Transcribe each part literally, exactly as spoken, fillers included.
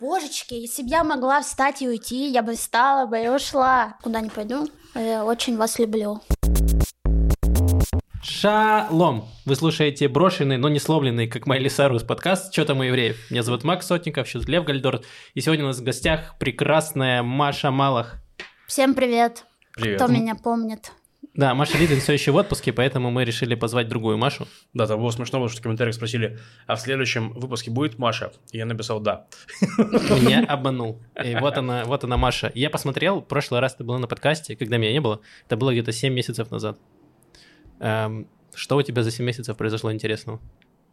Божечки, если бы я могла встать и уйти, я бы встала бы и ушла. Куда не пойду. Я очень вас люблю. Шалом! Вы слушаете брошенный, но не сломленный, как Майли Сайрус подкаст «Чё там у евреев?». Меня зовут Макс Сотников, сейчас Лев Гальдорт. И сегодня у нас в гостях прекрасная Маша Малах. Всем привет. Привет. Кто меня помнит. Да, Маша Литвин все еще в отпуске, поэтому мы решили позвать другую Машу. Да, там было смешно, потому что в комментариях спросили, а в следующем выпуске будет Маша? И я написал «да». Меня обманул. И вот она, вот она Маша. Я посмотрел, в прошлый раз ты была на подкасте, когда меня не было. Это было где-то семь месяцев назад. Эм, что у тебя за семь месяцев произошло интересного?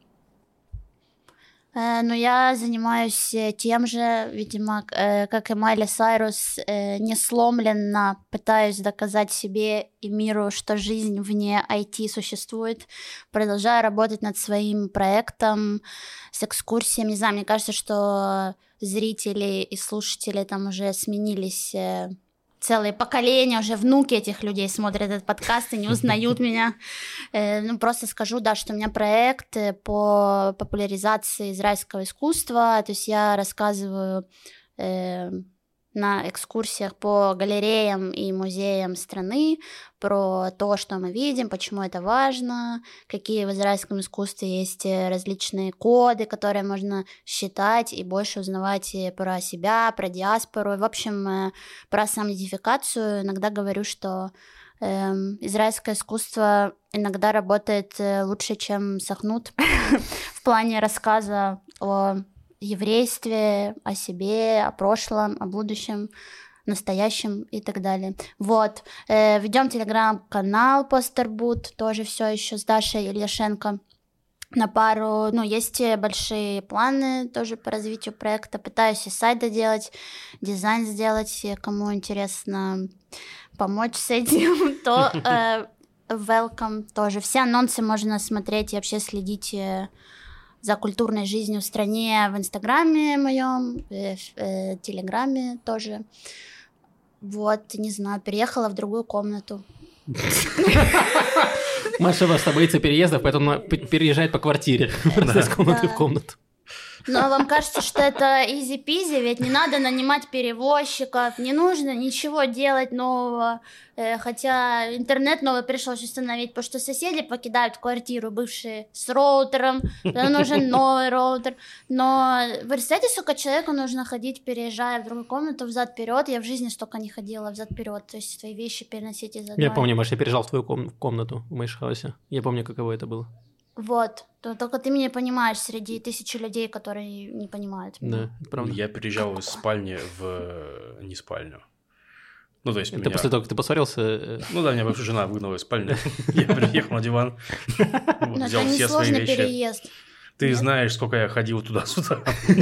Э, ну, я занимаюсь тем же, видимо, э, как и Майли Сайрус, э, несломленно пытаюсь доказать себе и миру, что жизнь вне ай ти существует. Продолжаю работать над своим проектом с экскурсиями. Не знаю, мне кажется, что зрители и слушатели там уже сменились... Э, целые поколения, уже внуки этих людей смотрят этот подкаст и не узнают меня. Ну, просто скажу, да, что у меня проект по популяризации израильского искусства, то есть я рассказываю э, на экскурсиях по галереям и музеям страны про то, что мы видим, почему это важно, какие в израильском искусстве есть различные коды, которые можно считать и больше узнавать про себя, про диаспору, в общем, про самоидентификацию. Иногда говорю, что э, израильское искусство иногда работает лучше, чем Сахнут в плане рассказа о еврействе, о себе, о прошлом, о будущем, настоящем и так далее. Вот. Э, ведем телеграм-канал Постербут, тоже все еще с Дашей Ильяшенко на пару. Ну, есть большие планы тоже по развитию проекта. Пытаюсь и сайт доделать, дизайн сделать. Кому интересно помочь с этим, то э, welcome тоже. Все анонсы можно смотреть и вообще следить за культурной жизнью в стране в Инстаграме моем, в, в, в Телеграме тоже. Вот, не знаю, переехала в другую комнату. Маша просто боится переездов, поэтому переезжает по квартире, просто из комнаты в комнату. Но вам кажется, что это изи-пизи, ведь не надо нанимать перевозчиков, не нужно ничего делать нового, э, хотя интернет новый пришлось установить, потому что соседи покидают квартиру бывшие с роутером, тогда нужен новый роутер. Но представьте, сколько человеку нужно ходить, переезжая в другую комнату взад-вперед. Я в жизни столько не ходила взад-вперед, то есть свои вещи переносить из одной. Я помню, Маша, я переезжал в твою ком- комнату в Мэйшхаусе. Я помню, каково это было. Вот, то, только ты меня понимаешь среди тысячи людей, которые не понимают меня. Да, это правда. Я переезжал из спальни в не спальню. Ну, то есть Это меня... после того, как ты поссорился? Ну да, меня бывшая жена выгнала из спальни. Я переехал на диван, взял все свои вещи. Переезд. Ты знаешь, сколько я ходил туда-сюда.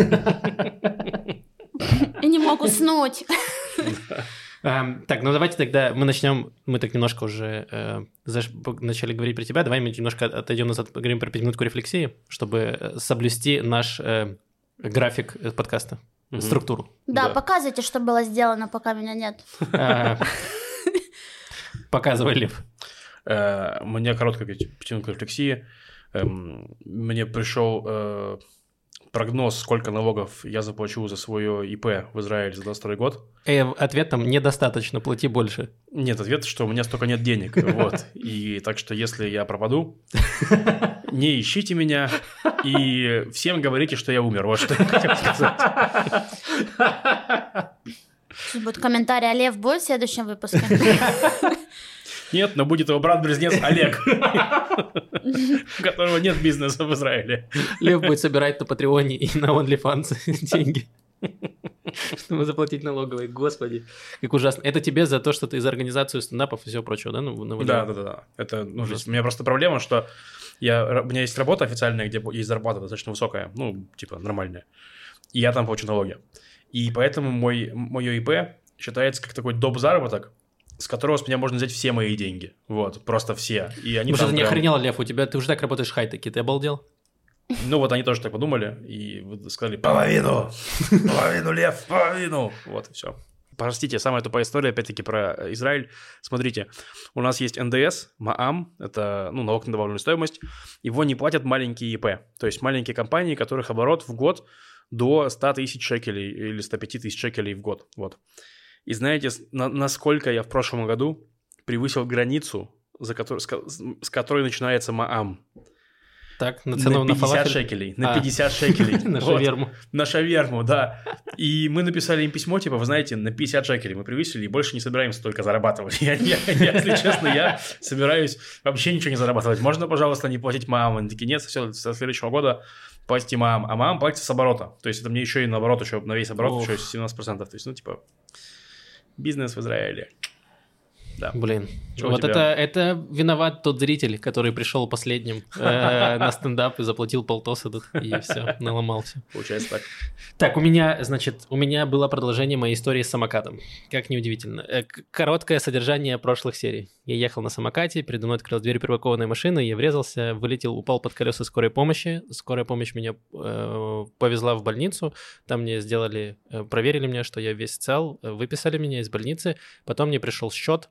И не мог уснуть. Um, так, ну давайте тогда мы начнем, мы так немножко уже э, заш... начали говорить про тебя, давай мы немножко отойдем назад, поговорим про пятиминутку рефлексии, чтобы соблюсти наш э, график подкаста, mm-hmm. структуру. Да, да, показывайте, что было сделано, пока меня нет. Показывай, Лев. У меня короткая пятиминутка рефлексии. Мне пришел прогноз, сколько налогов я заплачу за свое ИП в Израиле за двадцать второй год. И ответ там недостаточно, плати больше. Нет, ответ, что у меня столько нет денег. Вот. И так что, если я пропаду, не ищите меня и всем говорите, что я умер. Вот что я хотел сказать. Сейчас будет комментарий, а Лев будет в следующем выпуске? Нет, но будет его брат-близнец Олег, у которого нет бизнеса в Израиле. Лев будет собирать на Патреоне и на OnlyFans деньги, чтобы заплатить налоговые. Господи, как ужасно. Это тебе за то, что ты за организацию стендапов и всего прочего, да? Ну, да, да, да, да. Это, ну, у меня просто проблема, что я, у меня есть работа официальная, где есть зарплата достаточно высокая, ну, типа нормальная, и я там получу налоги. И поэтому мой, мое ИП считается как такой доп. Заработок, с которого с меня можно взять все мои деньги. Вот, просто все. И они Потому что ты не прям... охренел, Лев, у тебя, ты уже так работаешь в хай-теке, ты обалдел? Ну вот они тоже так подумали и сказали половину, половину, Лев, половину. Вот и все. Простите, самая тупая история, опять-таки, про Израиль. Смотрите, у нас есть эн дэ эс, МААМ, это ну, налог на добавленную стоимость, его не платят маленькие ИП, то есть маленькие компании, которых оборот в год до ста тысяч шекелей или ста пяти тысяч шекелей в год. Вот. И знаете, на, насколько я в прошлом году превысил границу, за который, с, с которой начинается МААМ? Так, на цену на на фалафель? шекелей. На а. пятьдесят шекелей. На шаверму. На шаверму, да. И мы написали им письмо, типа, вы знаете, на пятьдесят шекелей мы превысили и больше не собираемся только зарабатывать. Я, я, я, если честно, я собираюсь вообще ничего не зарабатывать. Можно, пожалуйста, не платить МААМ? Они такие, нет, все, со следующего года платите МААМ. А МААМ платится с оборота. То есть это мне еще и наоборот, еще на весь оборот Ох. еще семнадцать процентов. То есть, ну, типа, бизнес в Израиле. Да. Блин, Что вот это, это виноват тот зритель, который пришел последним э, на стендап и заплатил полтоса, и все, наломался. Получается так. Так, у меня, значит, у меня было продолжение моей истории с самокатом. Как неудивительно. Э, короткое содержание прошлых серий. Я ехал на самокате, передо мной открылась дверь припаркованной машины, я врезался, вылетел, упал под колеса скорой помощи. Скорая помощь меня э, повезла в больницу, там мне сделали, э, проверили меня, что я весь цел, выписали меня из больницы, потом мне пришел счет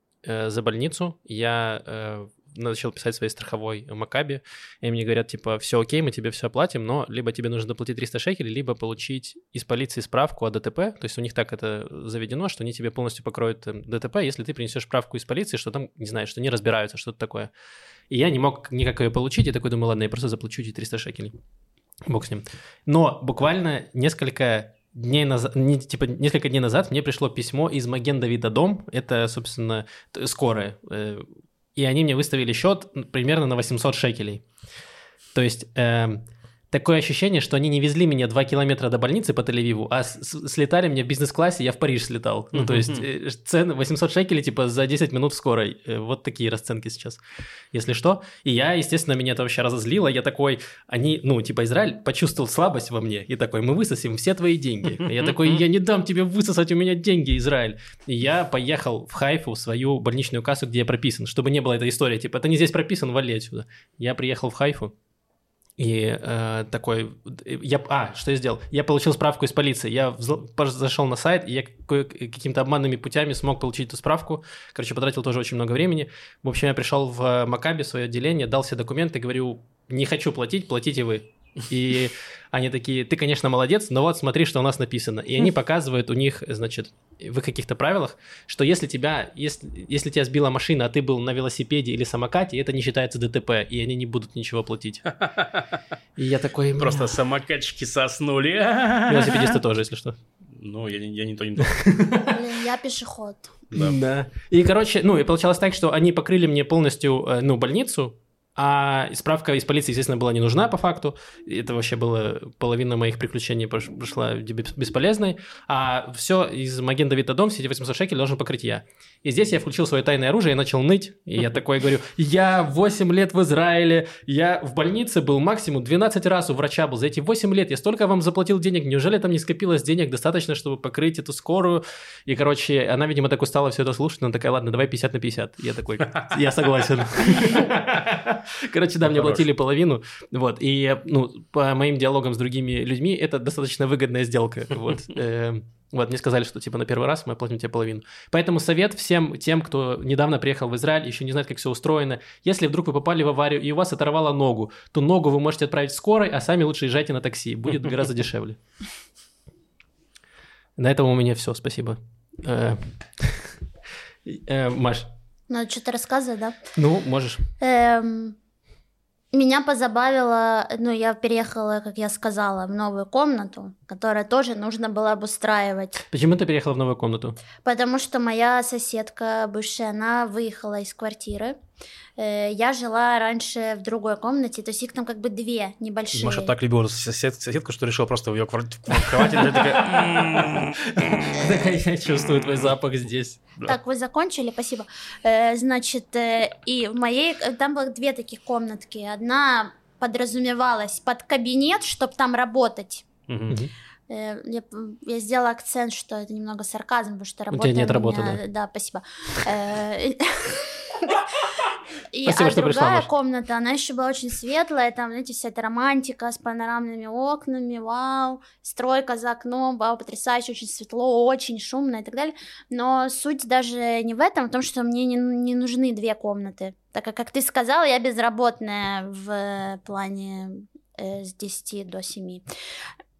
за больницу, я э, начал писать своей страховой Макаби, и мне говорят, типа, все окей, мы тебе все оплатим, но либо тебе нужно доплатить триста шекелей, либо получить из полиции справку о ДТП, то есть у них так это заведено, что они тебе полностью покроют ДТП, если ты принесешь справку из полиции, что там, не знаю, что не разбираются, что-то такое. И я не мог никак ее получить, и такой думаю, ладно, я просто заплачу эти триста шекелей. Бог с ним. Но буквально несколько... Дней назад, не, типа несколько дней назад мне пришло письмо из Маген Давид Адом, это, собственно, скорая, э, и они мне выставили счет примерно на восемьсот шекелей. То есть э, такое ощущение, что они не везли меня два километра до больницы по Тель-Авиву, а с- с- слетали меня в бизнес-классе, я в Париж слетал. Ну, то есть э, цены восемьсот шекелей типа за десять минут в скорой. Э, вот такие расценки сейчас, если что. И я, естественно, меня это вообще разозлило. Я такой, они, ну, типа Израиль почувствовал слабость во мне и такой, мы высосим все твои деньги. И я такой, я не дам тебе высосать у меня деньги, Израиль. И я поехал в Хайфу, в свою больничную кассу, где я прописан, чтобы не было этой истории, типа, это не здесь прописан, вали отсюда. Я приехал в Хайфу. И э, такой, я, а, что я сделал? Я получил справку из полиции, я взл, зашел на сайт, и я какими-то обманными путями смог получить эту справку, короче, потратил тоже очень много времени. В общем, я пришел в Макаби, в свое отделение, дал все документы, говорю, не хочу платить, платите вы. И они такие, ты, конечно, молодец, но вот смотри, что у нас написано. И они показывают у них, значит, в их каких-то правилах, что если тебя, если, если тебя сбила машина, а ты был на велосипеде или самокате, это не считается ДТП, и они не будут ничего платить. И я такой... Просто самокатчики соснули. Велосипедисты тоже, если что. Ну, я, я не то, не то. Блин, я пешеход. Да. да. И, короче, ну, и получалось так, что они покрыли мне полностью, ну, больницу, а справка из полиции, естественно, была не нужна по факту. Это вообще было половина моих приключений прошла бесполезной. А все из Маген Давид Адом, все эти восемьсот шекелей должен покрыть я. И здесь я включил свое тайное оружие и начал ныть. И я такой говорю, я восемь лет в Израиле, я в больнице был максимум двенадцать раз у врача был. За эти восемь лет я столько вам заплатил денег, неужели там не скопилось денег достаточно, чтобы покрыть эту скорую? И, короче, она, видимо, так устала все это слушать, она такая, ладно, давай пятьдесят на пятьдесят. Я такой, я согласен. Короче, да, мне платили половину, вот, и, ну, по моим диалогам с другими людьми, это достаточно выгодная сделка, вот, вот, мне сказали, что, типа, на первый раз мы оплатим тебе половину. Поэтому совет всем тем, кто недавно приехал в Израиль, еще не знает, как все устроено, если вдруг вы попали в аварию и у вас оторвало ногу, то ногу вы можете отправить скорой, а сами лучше езжайте на такси, будет гораздо дешевле. На этом у меня все, спасибо. Маш. Надо что-то рассказывать, да? Ну, можешь. Эм, меня позабавило, ну, я переехала, как я сказала, в новую комнату, которую тоже нужно было обустраивать. Почему ты переехала в новую комнату? Потому что моя соседка бывшая, она выехала из квартиры. Э, я жила раньше в другой комнате, то есть их там как бы две небольшие. Маша так любила сосед, соседку, что решила просто в ее квартире в кровати лежать, такая... Такая, я чувствую твой запах здесь. Так, вы закончили? Спасибо. Э, значит, э, и в моей... Там было две таких комнатки. Одна подразумевалась под кабинет, чтобы там работать. Угу. Э, я, я сделала акцент, что это немного сарказм, потому что работа... У тебя нет работы, меня... да? Да, спасибо. Э, И, Спасибо, а что другая пришла, комната, она еще была очень светлая, там, знаете, вся эта романтика с панорамными окнами, вау, стройка за окном, вау, потрясающе, очень светло, очень шумно и так далее. Но суть даже не в этом, а в том, что мне не, не нужны две комнаты, так как, как ты сказала, я безработная в плане э, с десяти до семи.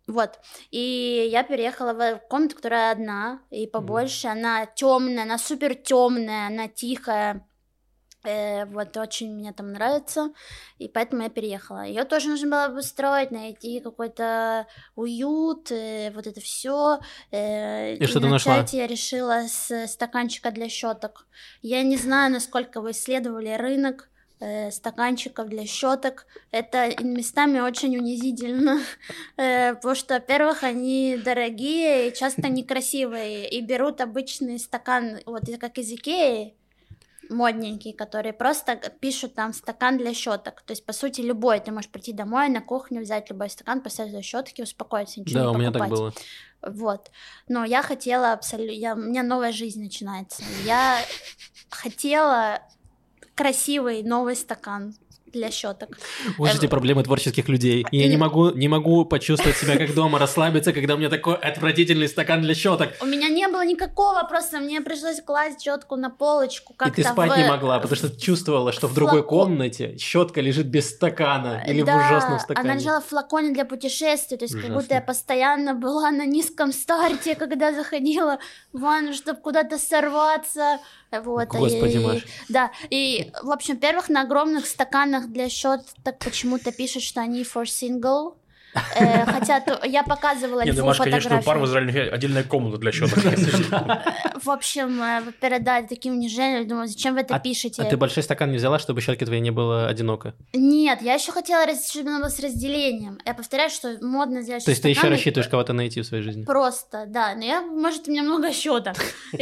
Вот. И я переехала в комнату, которая одна и побольше. Mm. Она темная, она супер темная, она тихая. Э, вот очень мне там нравится. И поэтому я переехала. Ее тоже нужно было обустроить, найти какой-то уют, э, вот это все. Э, и, и что ты нашла? Я решила с стаканчика для щеток. Я не знаю, насколько вы исследовали рынок стаканчиков для щеток. Это местами очень унизительно, потому что, во-первых, они дорогие и часто некрасивые, и берут обычный стакан, вот как из Икеи, модненький, которые просто пишут там стакан для щеток. То есть, по сути, любой. Ты можешь прийти домой, на кухню, взять любой стакан, поставить за щетки, успокоиться, ничего да, не покупать. Да, у меня так было. Вот. Но я хотела абсолютно... Я... У меня новая жизнь начинается. Я хотела... красивый новый стакан для щеток. Вот эти проблемы творческих людей. Я не могу, не могу почувствовать себя как дома, расслабиться, когда у меня такой отвратительный стакан для щеток. У меня не было никакого, просто мне пришлось класть щетку на полочку как-то. И ты спать в... не могла, потому что чувствовала, что в другой Флако... комнате щетка лежит без стакана или да, в ужасном стакане. Она лежала в флаконе для путешествий, то есть Ужасно. Как будто я постоянно была на низком старте, когда заходила в ванну, чтобы куда-то сорваться. Вот, Господи, и, Маш. Да, и, в общем, во-первых, на огромных стаканах для щеток почему-то пишут, что они for single. Э, хотя то, я показывала Льву Маш, фотографию. конечно, у пар в Израиле отдельная комната для щеток. В общем, передать таким унижением, думаю, зачем вы это а, пишете? А ты большой стакан не взяла, чтобы щетке твоей не было одиноко? Нет, я еще хотела, чтобы оно было с разделением. Я повторяю, что модно сделать. То есть ты еще рассчитываешь кого-то найти в своей жизни? Просто, да. Но я, может, у меня много щеток.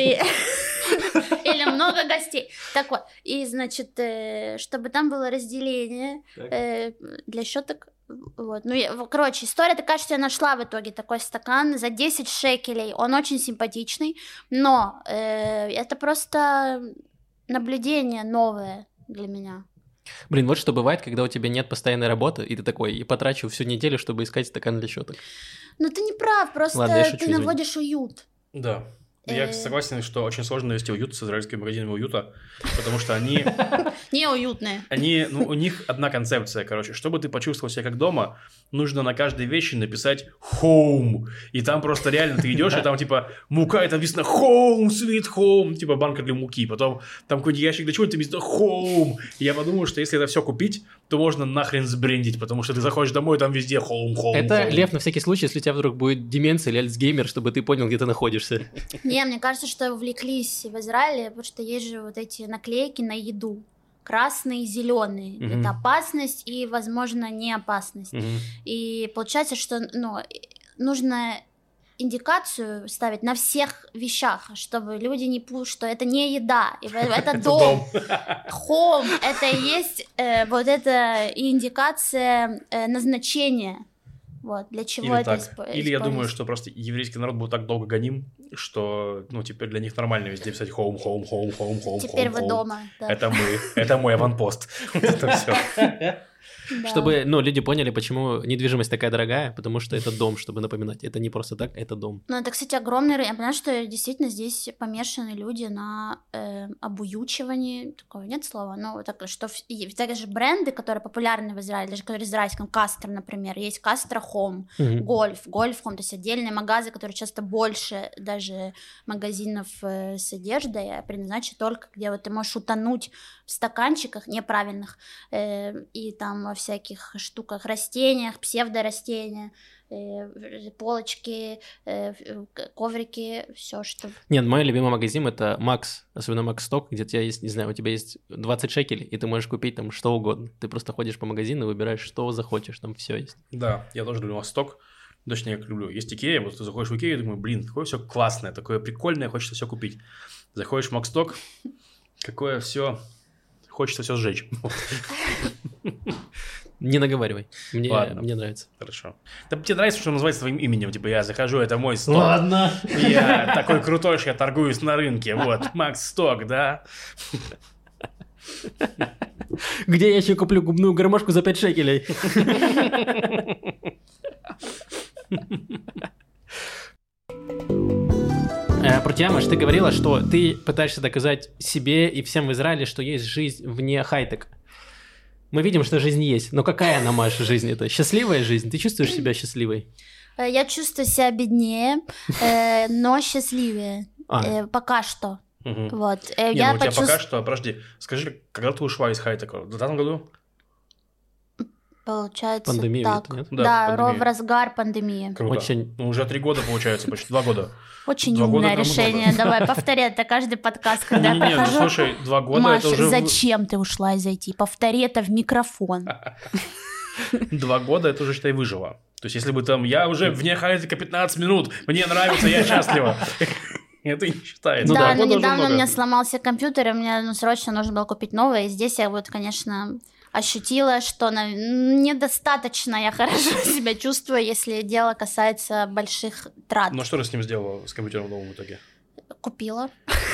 Или много гостей. Так вот, и, значит, чтобы там было разделение для щеток. Вот. Ну, я, короче, история такая, что я нашла в итоге такой стакан за десять шекелей. Он очень симпатичный, но э, это просто наблюдение новое для меня. Блин, вот что бывает, когда у тебя нет постоянной работы, и ты такой, и потрачу всю неделю, чтобы искать стакан для щеток. Ну, ты не прав, просто Ладно, шучу, ты наводишь уют. Да. Я согласен, что очень сложно навести уют с израильскими магазинами уюта, потому что они... Неуютные. Они, ну, у них одна концепция, короче. Чтобы ты почувствовал себя как дома, нужно на каждой вещи написать home. И там просто реально ты идешь, и там типа мука, и там написано home, sweet home, типа банка для муки. Потом там какой-нибудь ящик для чего-то, там написано home. И я подумал, что если это все купить, то можно нахрен сбрендить, потому что ты заходишь домой, и там везде home, home, Это, home. Лев, на всякий случай, если у тебя вдруг будет деменция или альцгеймер, чтобы ты понял, где ты находишься. Не, мне кажется, что увлеклись в Израиле, потому что есть же вот эти наклейки на еду. Красный и зеленый. Mm-hmm. Это опасность и, возможно, не опасность. Mm-hmm. И получается, что ну, нужно индикацию ставить на всех вещах, чтобы люди не путали, что это не еда, это дом. Home, это и есть вот эта индикация назначения. Вот, для чего Или это так. исп... Или я думаю, что просто еврейский народ был так долго гоним, что, ну, теперь для них нормально везде писать home, home, home, home, home, теперь home, вы home. дома, да. Это мы, это мой аванпост. Это все. Да. Чтобы, ну, люди поняли, почему недвижимость такая дорогая, потому что это дом, чтобы напоминать. Это не просто так, это дом. Ну, это, кстати, огромный рынок. Я понимаю, что действительно здесь помешаны люди на э, обуючивании. Такого нет слова. Но так, что такие же бренды, которые популярны в Израиле, даже которые израильском, Кастер, например. Есть Кастер Home, mm-hmm. Гольф, Гольф Home, то есть отдельные магазы, которые часто больше даже магазинов э, с одеждой, предназначены только, где вот ты можешь утонуть в стаканчиках неправильных э, и там во всяких штуках, растениях, псевдорастения, э, полочки, э, коврики, все что. Нет, мой любимый магазин это Макс, особенно Макс Сток, где у тебя есть, не знаю, у тебя есть двадцать шекелей, и ты можешь купить там что угодно. Ты просто ходишь по магазину и выбираешь, что захочешь, там все есть. Да, я тоже люблю Макс Сток. Точнее, как люблю. Есть Икея, вот ты заходишь в Икею и думаю, блин, такое все классное, такое прикольное, хочется все купить. Заходишь в Макс Сток, какое все... Хочется все сжечь. Не наговаривай. Мне, Ладно. Мне нравится. Хорошо. Да, тебе нравится, что называется твоим именем? Типа я захожу, это мой сток. Ладно. Я такой крутой, что я торгуюсь на рынке. Вот, Макс Сток, да? Где я еще куплю губную гармошку за пять шекелей? Про тебя, Маш, ты говорила, что ты пытаешься доказать себе и всем в Израиле, что есть жизнь вне хай-тека. Мы видим, что жизнь есть, но какая она, Маш, жизнь это? Счастливая жизнь? Ты чувствуешь себя счастливой? Я чувствую себя беднее, э, но счастливее. А. Э, пока что. Угу. Вот. Э, Не, я ну, у тебя почувств... пока что, подожди, скажи, когда ты ушла из хай-тека? В двадцатом году? Получается пандемия, так. Нет? Да, да пандемия. В разгар пандемии. Круто. Очень... Ну, уже три года получается, почти два года. Очень два умное решение. Давай, повтори это каждый подкаст, когда я прохожу. Не, ну слушай, два года Маш, это уже... зачем ты ушла из ай ти? Повтори это в микрофон. Два года это уже, считай, выжила. То есть, если бы там, я уже вне хай-тека пятнадцать минут, мне нравится, я счастлива. Это не считается. Да, но недавно у меня сломался компьютер, и мне ну, срочно нужно было купить новый. И здесь я вот, конечно, ощутила, что на... недостаточно я хорошо себя чувствую, если дело касается больших трат. Ну, что ты с ним сделала, с компьютером новым в итоге? Купила.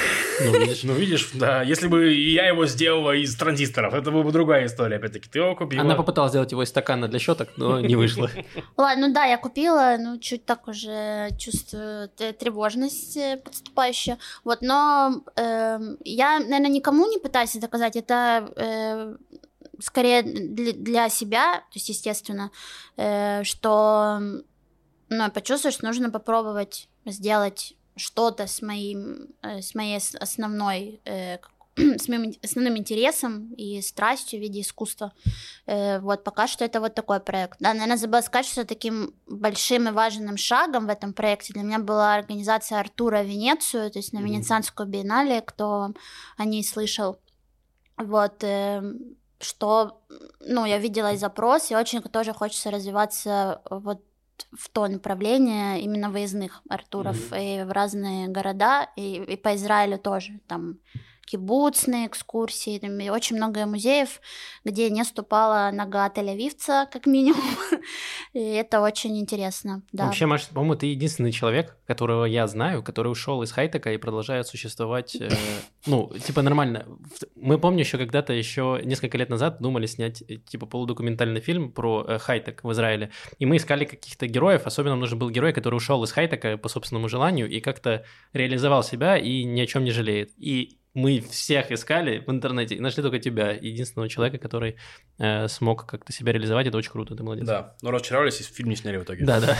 Ну видишь, ну, видишь, да. Если бы я его сделала из транзисторов, это была бы другая история, опять-таки. Ты его купила. Она попыталась сделать его из стакана для щеток, но не вышло. Ладно, ну да, я купила, ну, чуть так уже чувствую тревожность подступающую. Вот, но э, я, наверное, никому не пытаюсь доказать, это э, скорее для, для себя, то есть, естественно, э, что, ну, я почувствую, что нужно попробовать сделать что-то с моим, с моей основной, э, с моим основным интересом и страстью в виде искусства. Э, вот пока что это вот такой проект. Да, наверное, забыла сказать, что таким большим и важным шагом в этом проекте для меня была организация Артура в Венецию, то есть на Венецианскую биеннале, кто о ней слышал. Вот, э, что, ну, я видела и запрос, и очень тоже хочется развиваться вот в то направление именно выездных Артуров mm-hmm. и в разные города, и, и по Израилю тоже, там кибуцные экскурсии, там и очень много музеев, где не ступала нога тель-авивца, как минимум, и это очень интересно, да. Вообще, Маша, по-моему, ты единственный человек, которого я знаю, который ушел из хай-тека и продолжает существовать, э, ну, типа нормально. Мы, помню, еще когда-то, еще несколько лет назад думали снять, типа, полудокументальный фильм про э, хай-тек в Израиле, и мы искали каких-то героев, особенно нам нужен был герой, который ушел из хай-тека по собственному желанию и как-то реализовал себя и ни о чем не жалеет. И мы всех искали в интернете и нашли только тебя, единственного человека, который э, смог как-то себя реализовать. Это очень круто, ты молодец. Да, но разочаровались, и фильм не сняли в итоге. Да-да.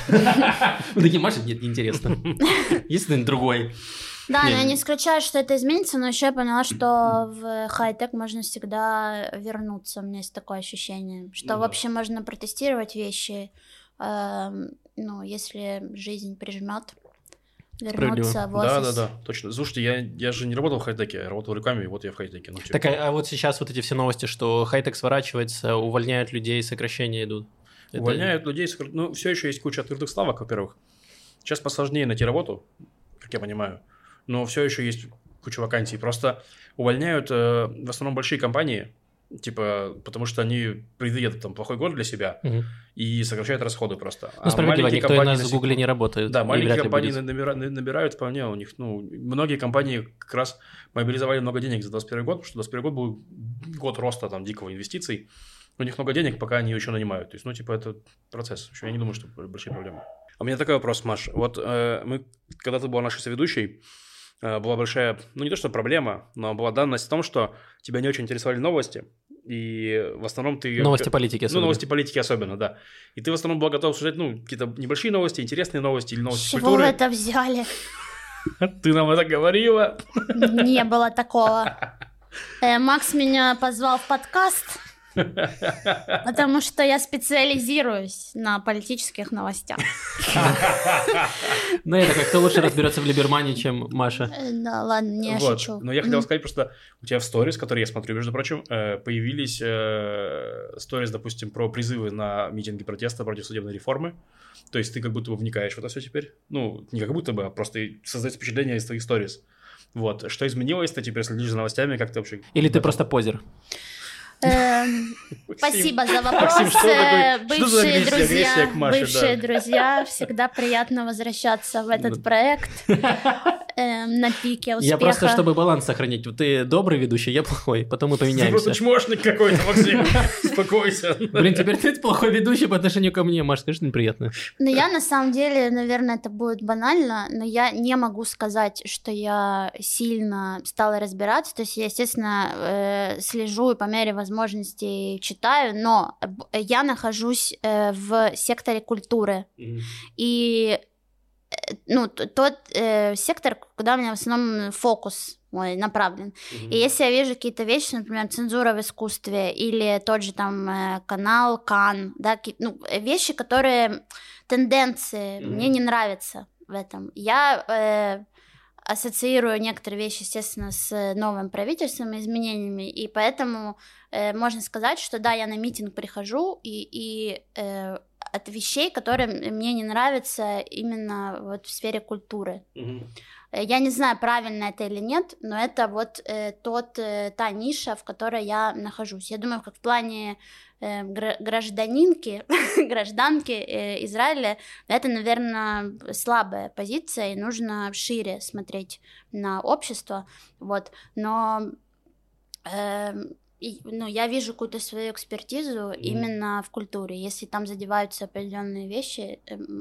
Вы такие, Маша, нет, неинтересно. Есть кто-нибудь другой? Да, но я не исключаю, что это изменится, но еще я поняла, что в хай-тек можно всегда вернуться. У меня есть такое ощущение, что вообще можно протестировать вещи, ну, если жизнь прижмет. Вернуться в офис. Да, да, да, точно. Слушайте, я, я же не работал в хай-теке, я работал в рекламе, и вот я в хай-теке. Ну, типа. Так, а, а вот сейчас вот эти все новости, что хай-тек сворачивается, увольняют людей, сокращения идут. Увольняют это... людей, сокр... ну, все еще есть куча открытых ставок, во-первых. Сейчас посложнее найти работу, как я понимаю, но все еще есть куча вакансий. Просто увольняют э, в основном большие компании, типа, потому что они предвидят там плохой год для себя угу. и сокращают расходы просто. Ну, справедливо, а никто у нас в Гугле не работает. Да, маленькие компании набира... набирают вполне у них, ну, многие компании как раз мобилизовали много денег за двадцать первый год, потому что двадцать первый год был год роста там дикого инвестиций. У них много денег, пока они еще нанимают. То есть, ну, типа, это процесс. Еще я не думаю, что большие проблемы. У меня такой вопрос, Маш. Вот э, мы, когда ты была нашей соведущей, э, была большая, ну, не то что проблема, но была данность в том, что тебя не очень интересовали новости. И в основном ты... Новости политики особенно. Ну, новости политики особенно, да. И ты в основном была готова обсуждать, ну, какие-то небольшие новости, интересные новости или новости культуры. Чего вы это взяли? Ты нам это говорила? Не было такого. Макс меня позвал в подкаст, потому что я специализируюсь на политических новостях. Ну, это как, кто лучше разберется в Либермане, чем Маша. Да, ладно, не шучу. Но я хотел сказать просто, у тебя в сторис, которые я смотрю, между прочим, появились сторис, допустим, про призывы на митинги протеста против судебной реформы. То есть ты как будто бы вникаешь в это все теперь. Ну, не как будто бы, а просто создается впечатление из твоих сторис. Вот. Что изменилось? Ты теперь следишь за новостями, как ты вообще... Или ты просто позер? Спасибо за вопрос. Бывшие друзья, бывшие друзья, всегда приятно возвращаться в этот проект. э, на пике успеха. Я просто, чтобы баланс сохранить. Ты добрый ведущий, я плохой, потом мы поменяемся. Ты просто чмошник какой-то, Максим. Успокойся. Блин, теперь ты плохой ведущий по отношению ко мне, Маш, скажи, неприятно. Ну, я на самом деле, наверное, это будет банально, но я не могу сказать, что я сильно стала разбираться. То есть я, естественно, э, слежу и по мере возможности читаю, но я нахожусь э, в секторе культуры. Mm-hmm. И ну, тот э, сектор, куда у меня в основном фокус мой направлен. Mm-hmm. И если я вижу какие-то вещи, например, цензура в искусстве или тот же там э, канал Кан, да, ки- ну, вещи, которые, тенденции, mm-hmm. мне не нравятся в этом. Я э, ассоциирую некоторые вещи, естественно, с новым правительством, изменениями, и поэтому э, можно сказать, что да, я на митинг прихожу, и, и э, от вещей, которые мне не нравятся именно вот в сфере культуры. Mm-hmm. Я не знаю, правильно это или нет, но это вот э, тот, э, та ниша, в которой я нахожусь. Я думаю, как в плане э, гражданинки, гражданки э, Израиля, это, наверное, слабая позиция, и нужно шире смотреть на общество, вот, но... Э, И, ну, я вижу какую-то свою экспертизу mm. именно в культуре. Если там задеваются определенные вещи,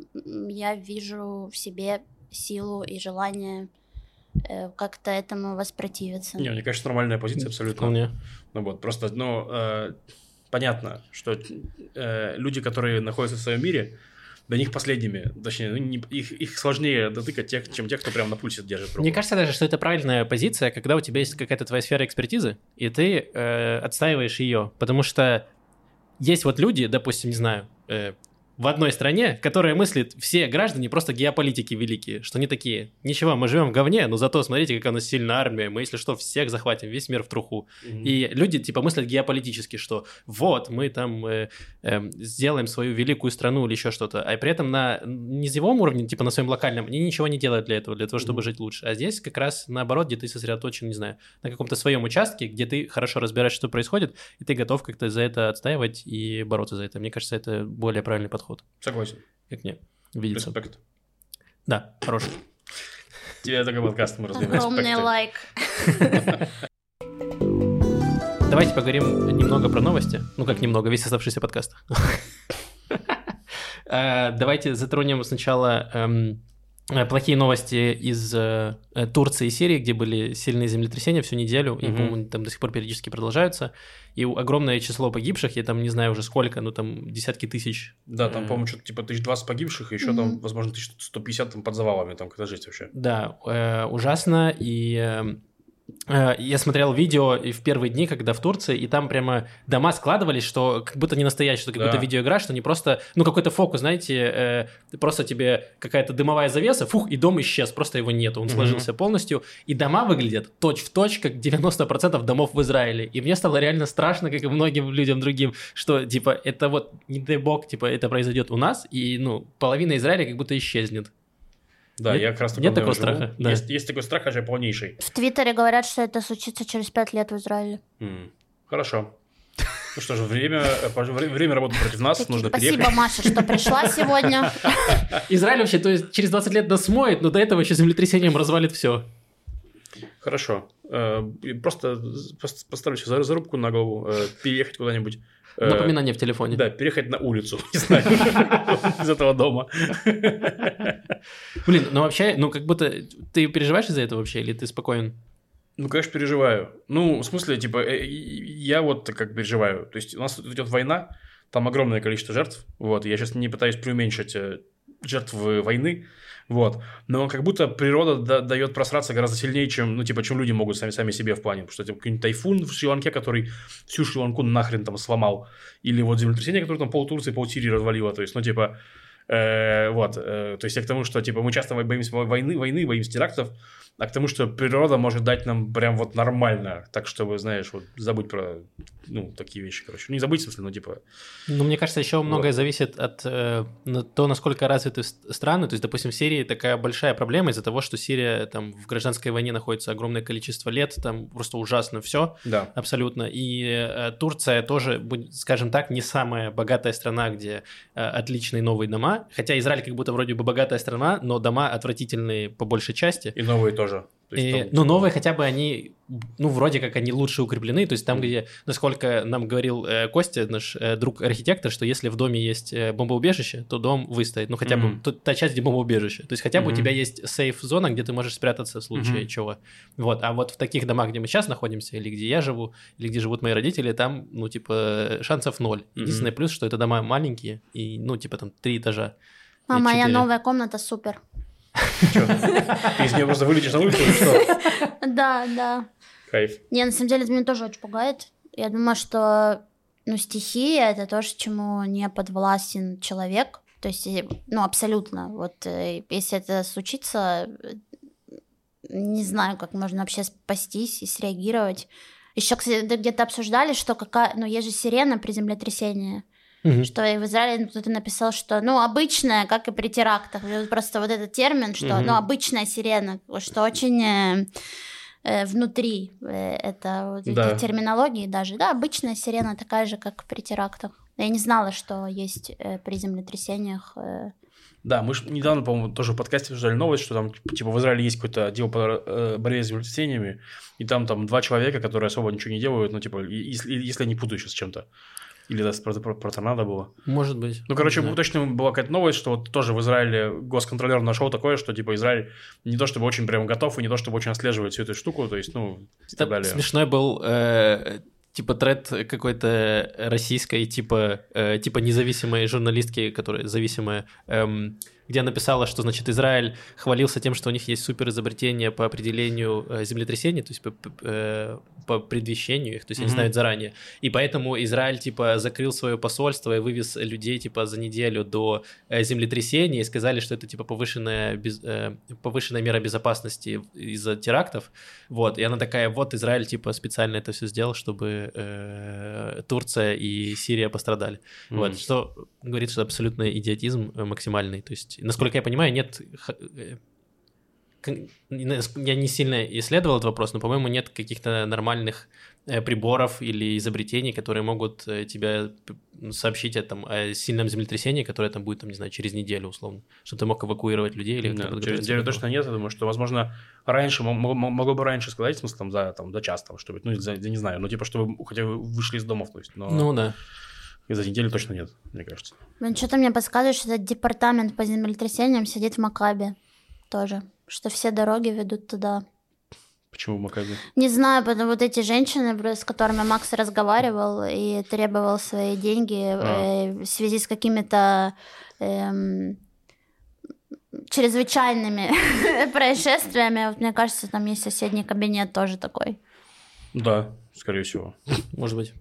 я вижу в себе силу и желание э, как-то этому воспротивиться. Не, мне кажется, нормальная позиция абсолютно. Вполне. Ну вот, просто, ну, э, понятно, что э, люди, которые находятся в своем мире, до них последними, точнее, ну, не, их, их сложнее дотыкать, тех, чем те, кто прям на пульсе держит руку. Мне кажется даже, что это правильная позиция, когда у тебя есть какая-то твоя сфера экспертизы, и ты э, отстаиваешь ее, потому что есть вот люди, допустим, не знаю, э, в одной стране, которая мыслит, все граждане просто геополитики великие, что они такие, ничего, мы живем в говне, но зато смотрите, какая у нас сильная армия, мы, если что, всех захватим, весь мир в труху. Mm-hmm. И люди, типа, мыслят геополитически, что вот, мы там э, э, сделаем свою великую страну или еще что-то, а при этом на низовом уровне, типа, на своем локальном, они ничего не делают для этого, для того, чтобы mm-hmm. жить лучше. А здесь как раз наоборот, где ты сосредоточен, не знаю, на каком-то своем участке, где ты хорошо разбираешь, что происходит, и ты готов как-то за это отстаивать и бороться за это. Мне кажется, это более правильный подход. Согласен. Как мне видится. Респект. Да, хороший. Тебе такой подкаст мы развиваем. Огромный лайк. Давайте поговорим немного про новости. Ну, как немного, весь оставшийся подкаст. Давайте затронем сначала плохие новости из э, Турции и Сирии, где были сильные землетрясения всю неделю, и, mm-hmm. по-моему, там до сих пор периодически продолжаются. И огромное число погибших, я там не знаю уже сколько, но там десятки тысяч. Да, там, по-моему, что-то типа тысяча двадцать погибших, и еще mm-hmm. там, возможно, тысяча сто пятьдесят там под завалами, там какая-то жесть вообще. Да, э, ужасно, и... Э, Я смотрел видео в первые дни, когда в Турции, и там прямо дома складывались, что как будто не настоящие, что как да. будто видеоигра, что не просто, ну, какой-то фокус, знаете, э, просто тебе какая-то дымовая завеса, фух, и дом исчез, просто его нету, он mm-hmm. сложился полностью, и дома выглядят точь-в-точь, как девяносто процентов домов в Израиле, и мне стало реально страшно, как и многим людям другим, что, типа, это вот, не дай бог, типа, это произойдет у нас, и, ну, половина Израиля как будто исчезнет. Да, нет, я как раз нет такого живу. страха. Да. Есть, есть такой страх, аж полнейший. В Твиттере говорят, что это случится через пять лет в Израиле. Mm. Хорошо. Ну что же, время, время работает против нас, Такие, нужно спасибо, переехать. Маша, что пришла сегодня. Израиль вообще, то есть через двадцать лет нас смоет, но до этого еще землетрясением развалит все. Хорошо. Просто поставлю себе зарубку на голову, переехать куда-нибудь. Напоминание в телефоне. Да, переехать на улицу, не знаю, из этого дома. Блин, ну вообще, ну как будто ты переживаешь из-за этого вообще, или ты спокоен? Ну, конечно, переживаю. Ну, в смысле, типа, я вот как переживаю. То есть у нас идет война, там огромное количество жертв, вот, я сейчас не пытаюсь преуменьшить жертв войны, вот, но как будто природа да, дает просраться гораздо сильнее, чем, ну, типа, чем люди могут сами, сами себе в плане, потому что типа, какой-нибудь тайфун в Шри-Ланке, который всю Шри-Ланку нахрен там сломал, или вот землетрясение, которое там пол Турции, пол Сирии развалило, то есть, ну, типа, э, вот, э, то есть я к тому, что, типа, мы часто боимся войны, войны, боимся терактов, а к тому, что природа может дать нам прям вот нормально, так, чтобы, знаешь, вот забыть про, ну, такие вещи, короче. Не забыть, в смысле, но типа... Ну, мне кажется, еще вот. многое зависит от э, того, насколько развиты страны. То есть, допустим, в Сирии такая большая проблема из-за того, что Сирия там в гражданской войне находится огромное количество лет, там просто ужасно все, да. абсолютно. И э, Турция тоже, скажем так, не самая богатая страна, где э, отличные новые дома, дома, хотя Израиль как будто вроде бы богатая страна, но дома отвратительные по большей части. И новые тоже. То есть, и, там, ну, новые хотя бы они, ну, вроде как они лучше укреплены, то есть там, mm. где, насколько нам говорил э, Костя, наш э, друг-архитектор, что если в доме есть э, бомбоубежище, то дом выстоит, ну, хотя mm. бы то, та часть, где бомбоубежище, то есть хотя бы mm-hmm. у тебя есть сейф-зона, где ты можешь спрятаться в случае mm-hmm. чего. Вот, а вот в таких домах, где мы сейчас находимся, или где я живу, или где живут мои родители, там, ну, типа, шансов ноль. Mm-hmm. Единственный плюс, что это дома маленькие, и, ну, типа, там, три этажа. А моя новая комната супер. Что? Ты из нее просто вылетишь на улицу или что? Да, да. Кайф. Не, на самом деле это меня тоже очень пугает. Я думаю, что ну, стихия — это то, чему не подвластен человек. То есть, ну, абсолютно. Вот если это случится, не знаю, как можно вообще спастись и среагировать. Еще, кстати, где-то обсуждали, что какая... Ну, есть же сирена при землетрясении. Угу. Что и в Израиле кто-то написал, что, ну, обычная, как и при терактах. Просто вот этот термин, что, угу. ну, обычная сирена, что очень э, э, внутри э, это вот, да. терминологии даже. Да, обычная сирена такая же, как при терактах. Я не знала, что есть э, при землетрясениях. Э... Да, мы же недавно, по-моему, тоже в подкасте обсуждали новость, что там, типа, в Израиле есть какой-то отдел по э, борьбе с землетрясениями, и там, там два человека, которые особо ничего не делают, ну, типа, если, если я не путаю сейчас с чем-то. Или да, про, про, про торнадо было. Может быть. Ну, короче, точно была какая-то новость, что вот тоже в Израиле госконтролер нашел такое, что, типа, Израиль не то чтобы очень прям готов, и не то чтобы очень отслеживает всю эту штуку, то есть, ну, и так далее. Смешной был, э, типа, тред какой-то российской, типа, э, типа независимой журналистки, которая зависимая, эм, где она написала, что, значит, Израиль хвалился тем, что у них есть суперизобретение по определению э, землетрясений, то есть по, по, по предвещению их, то есть mm-hmm. они знают заранее. И поэтому Израиль, типа, закрыл свое посольство и вывез людей, типа, за неделю до э, землетрясения и сказали, что это, типа, повышенная, без, э, повышенная мера безопасности из-за терактов. Вот, и она такая, вот Израиль, типа, специально это все сделал, чтобы э, Турция и Сирия пострадали. Mm-hmm. Вот, что говорит, что абсолютно идиотизм максимальный, то есть насколько я понимаю, нет... Я не сильно исследовал этот вопрос, но, по-моему, нет каких-то нормальных приборов или изобретений, которые могут тебе сообщить о, там, о сильном землетрясении, которое там будет, там, не знаю, через неделю, условно, чтобы ты мог эвакуировать людей. Или да, через неделю точно нет, я думаю, что, возможно, раньше, могло бы раньше сказать, в смысле, там, за, там, за час, там, чтобы, ну, за, я не знаю, ну, типа, чтобы хотя бы вышли из домов, то есть, но... Ну, да. И за неделю точно нет, мне кажется. Блин, что-то мне подсказывает, что этот департамент по землетрясениям сидит в Маккабе тоже, что все дороги ведут туда. Почему в Маккабе? Не знаю, потому вот эти женщины, с которыми Макс разговаривал и требовал свои деньги а. э, в связи с какими-то эм, чрезвычайными происшествиями, вот, мне кажется, там есть соседний кабинет тоже такой. Да, скорее всего. Может быть.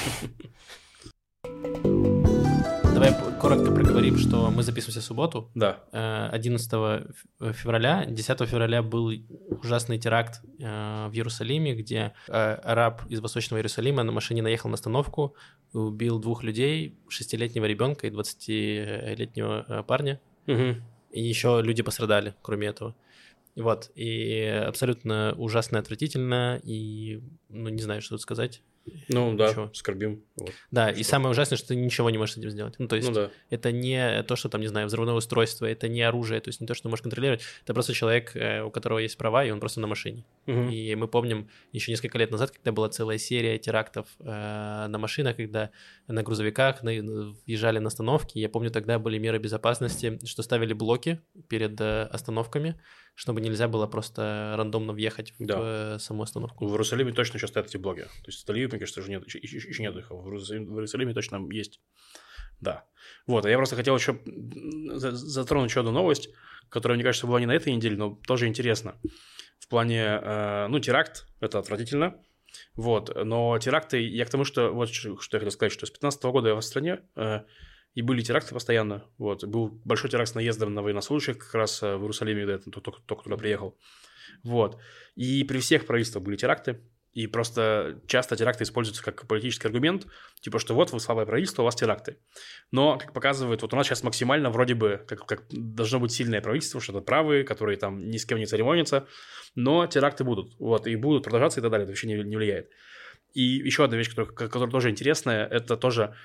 Давай коротко проговорим, что мы записываемся в субботу. Да. одиннадцатого февраля. десятого февраля был ужасный теракт в Иерусалиме, где араб из Восточного Иерусалима на машине наехал на остановку, убил двух людей, шестилетнего ребенка и двадцатилетнего парня. Угу. И еще люди пострадали, кроме этого. Вот. И абсолютно ужасно, отвратительно. И, ну, не знаю, что тут сказать. Ну да, ничего. Скорбим. Вот. Да, что? И самое ужасное, что ты ничего не можешь с этим сделать. Ну, то есть, ну, да. это не то, что там, не знаю, взрывное устройство, это не оружие, то есть не то, что ты можешь контролировать. Это просто человек, у которого есть права, и он просто на машине. Угу. И мы помним еще несколько лет назад, когда была целая серия терактов э, на машинах, когда на грузовиках на, въезжали на остановки. Я помню, тогда были меры безопасности, что ставили блоки перед э, остановками, чтобы нельзя было просто рандомно въехать в да. саму остановку. В Иерусалиме точно сейчас стоят эти блоки. То есть в Тель-Авиве, мне кажется, уже нет, еще, еще нет их. В Иерусалиме точно есть. Да. Вот, а я просто хотел еще затронуть еще одну новость, которая, мне кажется, была не на этой неделе, но тоже интересна. В плане, э, ну, теракт, это отвратительно. Вот, но теракты, я к тому, что, вот что я хотел сказать, что с пятнадцатого года я в стране, э, и были теракты постоянно. Вот. Был большой теракт с наездом на военнослужащих как раз в Иерусалиме, когда я только, только туда приехал. Вот. И при всех правительствах были теракты. И просто часто теракты используются как политический аргумент. Типа, что вот вы слабое правительство, у вас теракты. Но, как показывает, вот у нас сейчас максимально вроде бы, как, как должно быть сильное правительство, что-то правые, которые там ни с кем не церемонятся. Но теракты будут. Вот. И будут продолжаться и так далее. Это вообще не, не влияет. И еще одна вещь, которая, которая тоже интересная, это тоже...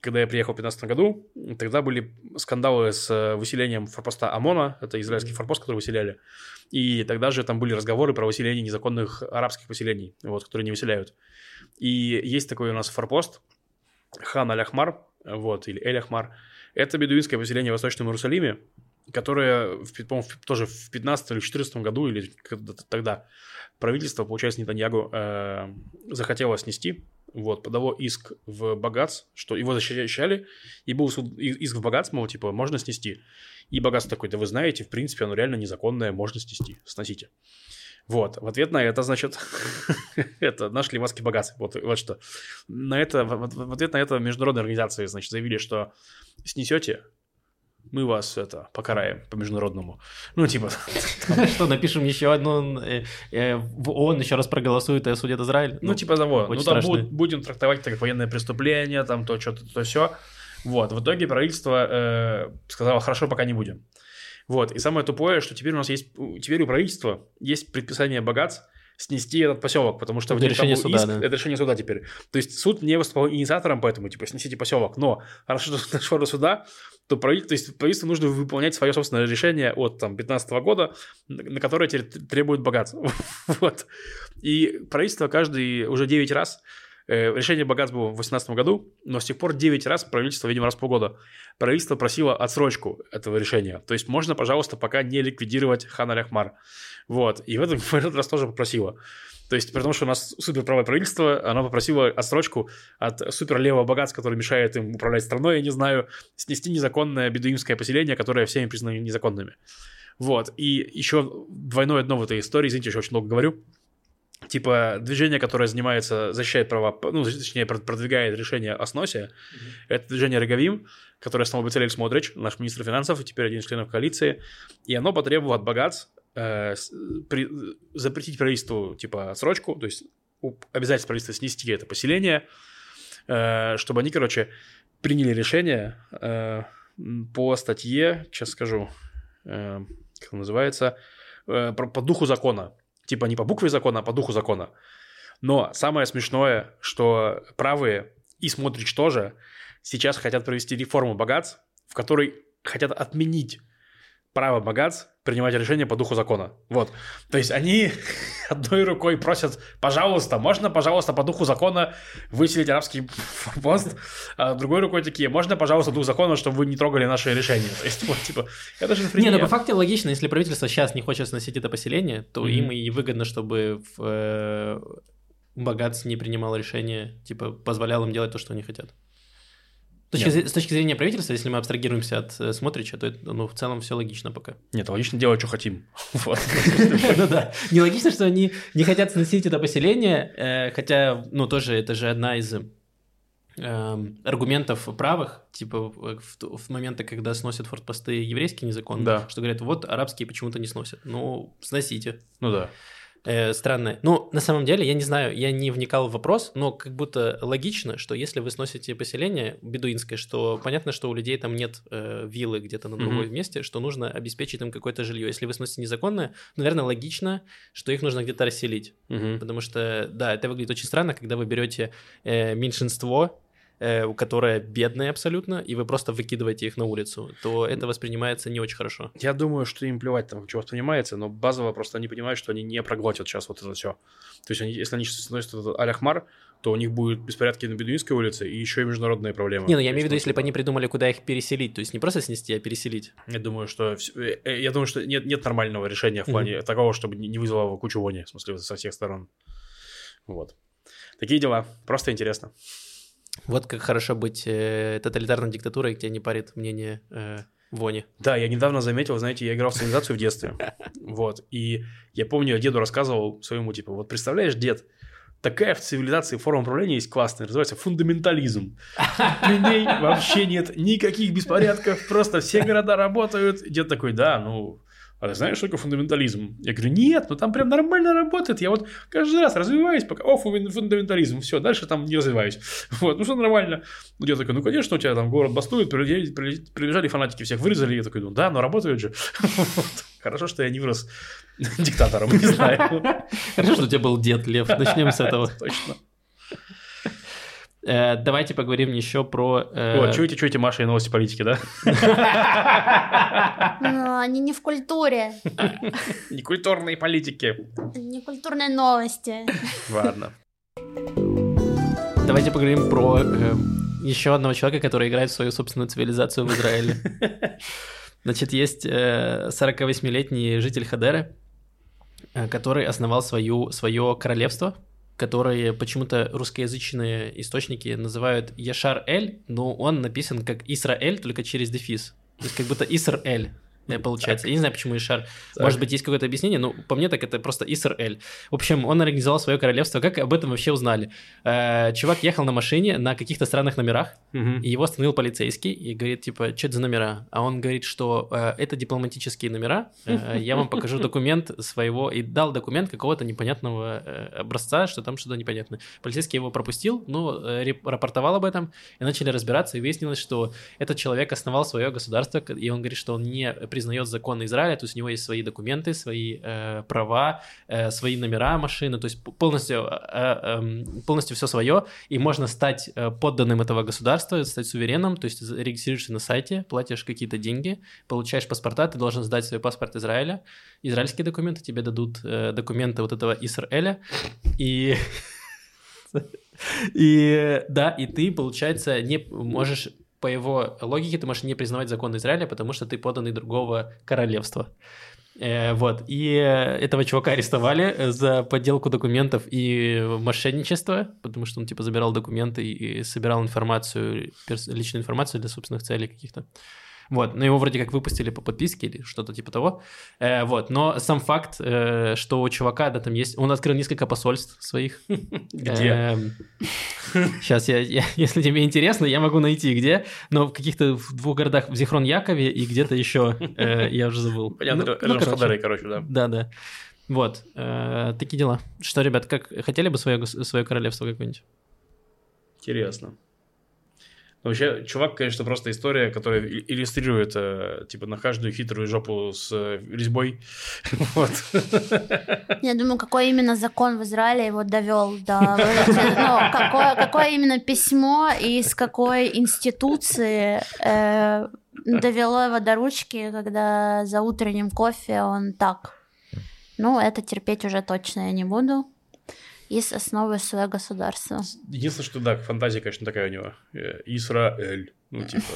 когда я приехал в две тысячи пятнадцатом году, тогда были скандалы с выселением форпоста ОМОНа, это израильский форпост, который выселяли, и тогда же там были разговоры про выселение незаконных арабских поселений, вот, которые не выселяют. И есть такой у нас форпост, Хан Аль-Ахмар, вот, или Эль-Ахмар, это бедуинское поселение в Восточном Иерусалиме, которое, по-моему, тоже в пятнадцатом или четырнадцатом году, или когда-то тогда, правительство, получается, Нетаньягу э, захотело снести, вот, подало иск в Багац, что его защищали, и был суд, иск в Багац, мол, типа, можно снести. И Багац такой, да вы знаете, в принципе, оно реально незаконное, можно снести, сносите. Вот, в ответ на это, значит, это наш ливанский Багац, вот, вот что. На это, в, в ответ на это международные организации, значит, заявили, что снесете, мы вас это покараем по-международному. Ну, типа... Что, напишем еще одну... В ООН еще раз проголосуют и осудят Израиль? Ну, типа того. Ну, там будем трактовать это как военное преступление, там то, что-то, то, все. Вот, в итоге правительство сказало, хорошо, пока не будем. Вот, и самое тупое, что теперь у нас есть... Теперь у правительства есть предписание Багац снести этот поселок, потому что... Это решение суда, иск, да. Это решение суда теперь. То есть суд не выступал инициатором, поэтому, типа, снесите поселок. Но раз что дошло до суда, то правительству, то есть правительству нужно выполнять свое собственное решение от там, пятнадцатого года, на которое требует Багац. Вот. И правительство каждый уже девять раз... Решение Багац было в восемнадцатом году, но с тех пор девять раз правительство, видимо, раз в полгода, правительство просило отсрочку этого решения. То есть можно, пожалуйста, пока не ликвидировать Хан Аль-Ахмар. Вот. И в этот, в этот раз тоже попросило. То есть, при том, что у нас суперправое правительство, оно попросило отсрочку от суперлевого Багац, который мешает им управлять страной, я не знаю, снести незаконное бедуинское поселение, которое всеми признано незаконными. Вот. И еще двойное дно в этой истории, извините, я очень много говорю. Типа движение, которое занимается, защищает права, ну, точнее, продвигает решение о сносе, mm-hmm. это движение Регавим, которое основал Бецалель Смотрич, наш министр финансов, и теперь один из членов коалиции, и оно потребовало от Багац э, при, запретить правительству, типа, отсрочку, то есть обязательно правительство снести это поселение, э, чтобы они, короче, приняли решение э, по статье, сейчас скажу, э, как она называется, э, по, по духу закона. Типа не по букве закона, а по духу закона. Но самое смешное, что правые и Смотрич тоже сейчас хотят провести реформу Багац, в которой хотят отменить право Багац принимать решения по духу закона. Вот. То есть они одной рукой просят, пожалуйста, можно, пожалуйста, по духу закона выселить арабский форпост, а другой рукой такие, можно, пожалуйста, дух закона, чтобы вы не трогали наши решения. То есть, вот, типа, это же Не, ну по факту логично, если правительство сейчас не хочет сносить это поселение, то mm-hmm. им и выгодно, чтобы в, э, Багац не принимал решения, типа, позволял им делать то, что они хотят. С точки, с точки зрения правительства, если мы абстрагируемся от э, Смотрича, то это, ну, в целом все логично пока. Нет, логично делать, что хотим. Ну да. Нелогично, что они не хотят сносить это поселение, хотя, ну, тоже это же одна из аргументов правых, типа в моменты, когда сносят фортпосты еврейские незаконно, что говорят, вот арабские почему-то не сносят. Ну, сносите. Ну да. Э, странное. Ну, на самом деле, я не знаю, я не вникал в вопрос, но как будто логично, что если вы сносите поселение бедуинское, что понятно, что у людей там нет э, виллы где-то на другом mm-hmm. месте, что нужно обеспечить им какое-то жилье. Если вы сносите незаконное, наверное, логично, что их нужно где-то расселить. Mm-hmm. Потому что, да, это выглядит очень странно, когда вы берете э, меньшинство, которое бедное абсолютно, и вы просто выкидываете их на улицу, то это воспринимается не очень хорошо. Я думаю, что им плевать там, что воспринимается, но базово просто они понимают, что они не проглотят сейчас вот это все. То есть, они, если они сносят этот Аль-Ахмар, то у них будут беспорядки на Бедуинской улице и еще и международные проблемы. Не, ну я имею в виду, если бы они придумали, куда их переселить, то есть не просто снести, а переселить. Я думаю, что, я думаю, что нет, нет нормального решения в плане mm-hmm. такого, чтобы не вызвало кучу вони, в смысле, со всех сторон. Вот. Такие дела. Просто интересно. Вот как хорошо быть э, тоталитарной диктатурой, где не парит мнение э, вони. Да, я недавно заметил, знаете, я играл в цивилизацию в детстве, вот, и я помню, я деду рассказывал своему, типа, вот представляешь, дед, такая в цивилизации форма управления есть классная, называется фундаментализм. При ней вообще нет никаких беспорядков, просто все города работают. Дед такой, да, ну... А ты знаешь, что такое фундаментализм? Я говорю, нет, ну там прям нормально работает. Я вот каждый раз развиваюсь, пока, о, фундаментализм, все, дальше там не развиваюсь. Вот, ну что нормально. Ну я такой, ну конечно, у тебя там город бастует, прибежали фанатики, всех вырезали. Я такой, ну да, но работают же. Хорошо, что я не вырос диктатором, не знаю. Хорошо, что у тебя был дед Лев, начнем с этого. Точно. Э, давайте поговорим еще про... Э... О, чуете, чуете, Маша и новости политики, да? Ну, они не в культуре. Некультурные политики. Некультурные новости. Ладно. Давайте поговорим про э, еще одного человека, который играет в свою собственную цивилизацию в Израиле. Значит, есть э, сорокавосьмилетний житель Хадеры, э, который основал свою, свое королевство, которое почему-то русскоязычные источники называют Яшар-Эль, но он написан как Исраэль, только через дефис. То есть как будто Иср-Эль. Получается. Так. Я не знаю, почему Ишар. Так. Может быть, есть какое-то объяснение, но по мне так это просто Иср-Эль. В общем, он организовал свое королевство. Как об этом вообще узнали? Э, чувак ехал на машине на каких-то странных номерах, угу. и его остановил полицейский и говорит, типа, что это за номера? А он говорит, что э, это дипломатические номера, э, я вам покажу документ своего, и дал документ какого-то непонятного э, образца, что там что-то непонятное. Полицейский его пропустил, ну, э, рапортовал об этом, и начали разбираться, и выяснилось, что этот человек основал свое государство, и он говорит, что он не признает законы Израиля, то есть у него есть свои документы, свои э, права, э, свои номера машины, то есть полностью, э, э, полностью все свое, и можно стать э, подданным этого государства, стать суверенным, то есть регистрируешься на сайте, платишь какие-то деньги, получаешь паспорта, ты должен сдать свой паспорт Израиля, израильские документы, тебе дадут э, документы вот этого Иср-Эля, и... и да, и ты, получается, не можешь... По его логике ты можешь не признавать закон Израиля, потому что ты подданный другого королевства. Э, вот. И этого чувака арестовали за подделку документов и мошенничество, потому что он типа забирал документы и собирал информацию, перс- личную информацию для собственных целей каких-то. Вот, но его вроде как выпустили по подписке или что-то типа того. Э, вот, но сам факт, э, что у чувака, да, там есть... Он открыл несколько посольств своих. Где? Сейчас, я, я, если тебе интересно, я могу найти где, но в каких-то в двух городах, в Зихрон-Якове и где-то еще, э, я уже забыл. Понятно, ну, рядом ну, с Хадарой, короче, да. Да-да. Вот, э, такие дела. Что, ребят, как хотели бы свое, свое королевство какое-нибудь? Интересно. Вообще, чувак, конечно, просто история, которая иллюстрирует, э, типа, на каждую хитрую жопу с э, резьбой. Вот. Я думаю, какой именно закон в Израиле его довел до... Ну, какое, какое именно письмо и из какой институции э, довело его до ручки, когда за утренним кофе он так... Ну, это терпеть уже точно я не буду. Из основы своего государства. Единственное, что да, фантазия, конечно, такая у него. Исраэль. Ну, типа...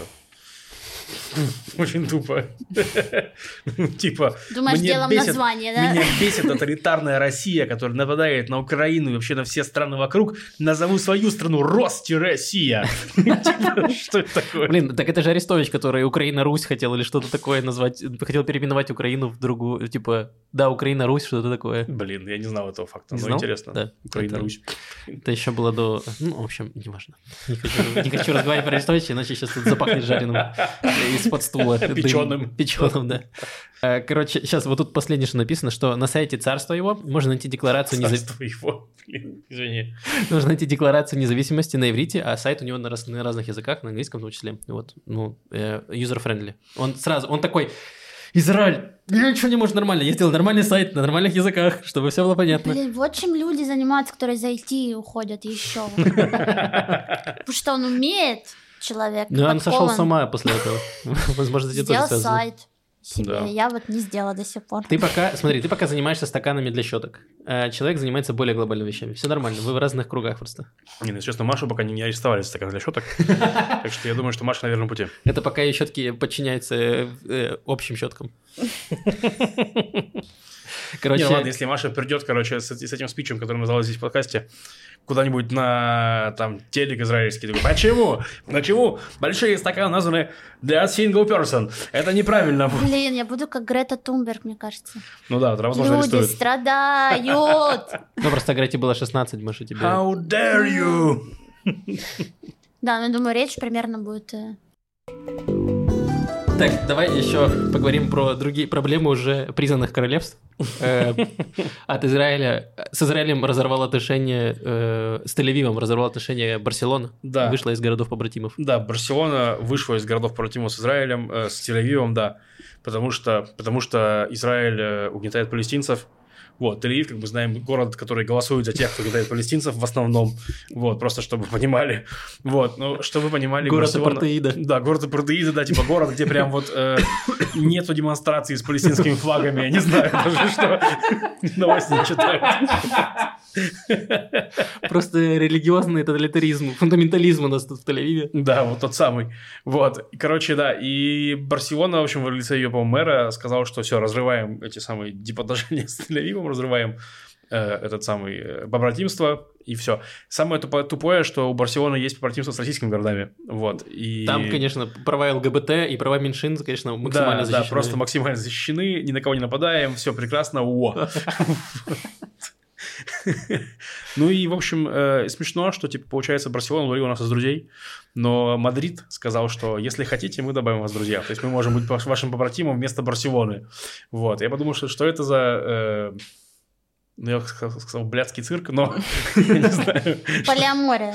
Очень тупо. Типа... Думаешь, делом название, да? Меня бесит тоталитарная Россия, которая нападает на Украину и вообще на все страны вокруг. Назову свою страну Рос-Россия. Что это такое? Блин, так это же Арестович, который Украина-Русь хотел или что-то такое назвать. Хотел переименовать Украину в другую... Типа, да, Украина-Русь, что-то такое. Блин, я не знал этого факта. Но интересно. Да. Украина-Русь. Это еще было до... Ну, в общем, неважно. Не хочу, не хочу разговаривать про Арестовича, иначе сейчас тут запахнет жареным из-под стула. Печеным. Печеным, да. Короче, сейчас вот тут последнее, что написано, что на сайте царства его можно найти декларацию независимости. его, блин, извини. Можно найти декларацию независимости на иврите, а сайт у него на, раз, на разных языках, на английском в том числе. Вот, ну, user-friendly. Он сразу, он такой... Израиль, ничего не может нормально. Я сделал нормальный сайт на нормальных языках, чтобы все было понятно. Блин, вот чем люди занимаются, которые за ай ти уходят еще. Потому что он умеет, человек. Ну, он сошел с ума после этого. Возможно, это тоже связано. Сделал сайт себе. Я вот не сделала до сих пор. Ты пока, смотри, ты пока занимаешься стаканами для щеток. Человек занимается более глобальными вещами. Все нормально, вы в разных кругах просто. Не, ну, честно, Машу пока не арестовали за стакан для щеток. Так что я думаю, что Маша на верном пути. Это пока ее щетки подчиняются общим щеткам. Короче... Не, ладно, если Маша придет, короче, с, с этим спичем, который назывался здесь в подкасте, куда-нибудь на там телек израильский, такой, почему? Почему большие стаканы названы для single person? Это неправильно. Блин, я буду как Грета Тунберг, мне кажется. Ну да, тогда, возможно, люди арестуют. Страдают. Ну, просто Грете было шестнадцать, Маша, тебе... How dare you? Да, ну, я думаю, речь примерно будет... Так, давай еще поговорим про другие проблемы уже признанных королевств. От Израиля... С Израилем разорвал отношения... С Тель-Авивом разорвал отношения Барселона. Да. Вышла из городов-побратимов. Да, Барселона вышла из городов-побратимов с Израилем, с Тель-Авивом, да. Потому что, потому что Израиль угнетает палестинцев. Вот, Тель-Авив, как мы знаем, город, который голосует за тех, кто кидает палестинцев в основном. Вот, просто чтобы вы понимали. Вот, ну, чтобы вы понимали... Город Барселона... апартеида. Да, город апартеида, да, типа город, где прям вот э, нету демонстрации с палестинскими флагами, я не знаю даже, что новости не читают. Просто религиозный тоталитаризм, фундаментализм у нас тут в Тель-Авиве. Да, вот тот самый. Вот, короче, да, и Барселона, в общем, в лице ее, по-моему, мэра сказал, что все, разрываем эти самые депотажения с Тель-Авивом, разрываем э, этот самый э, побратимство, и все. Самое тупое, что у Барселоны есть побратимство с российскими городами, вот. И... Там, конечно, права ЛГБТ и права меньшин, конечно, максимально да, защищены. Да, просто максимально защищены, ни на кого не нападаем, все прекрасно, о. Ну и, в общем, э, смешно, что, типа, получается, Барселона удалила нас из друзей, но Мадрид сказал, что если хотите, мы добавим вас в друзья. То есть мы можем быть вашим побратимом вместо Барселоны. Вот. Я подумал, что, что это за... Э, ну, я сказал, блядский цирк, но я не знаю. Полиамория.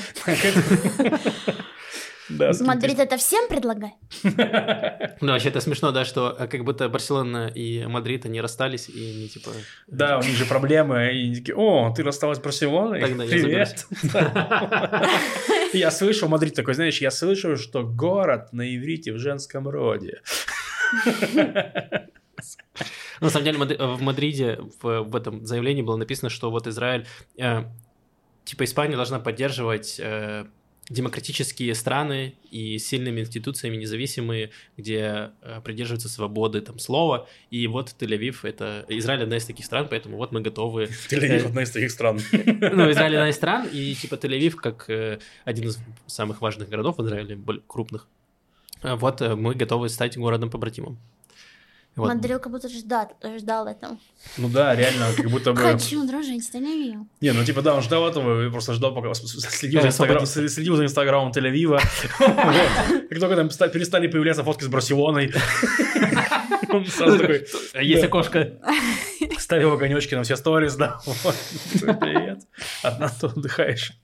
Да, Мадрид это всем предлагает? Ну, вообще это смешно, да, что как будто Барселона и Мадрид, они расстались, и они типа... Да, у них же проблемы, и они такие, о, ты рассталась с Барселоной? Тогда я Привет. Я слышал, Мадрид такой, знаешь, я слышал, что город на иврите в женском роде. На самом деле в Мадриде в, в этом заявлении было написано, что вот Израиль, э, типа Испания должна поддерживать э, демократические страны и сильными институциями независимые, где э, придерживаются свободы там слова. И вот Тель-Авив — это Израиль одна из таких стран, поэтому вот мы готовы. Тель-Авив одна из таких стран. Ну, Израиль одна из стран, и типа Тель-Авив как э, один из самых важных городов в Израиле, крупных. Вот э, мы готовы стать городом-побратимом. Вот. Мадрид как будто ждал, ждал этого. Ну да, реально, как будто бы... Хочу дружить с Тель-Авивом. Не, ну типа да, он ждал этого, просто ждал, пока следил за, инстаграм, следил за инстаграмом Тель-Авива. Как только там перестали появляться фотки с Барселоной, он сразу такой... Есть окошко. Ставил огонечки на все сторис, да. Привет. Одна ты отдыхаешь.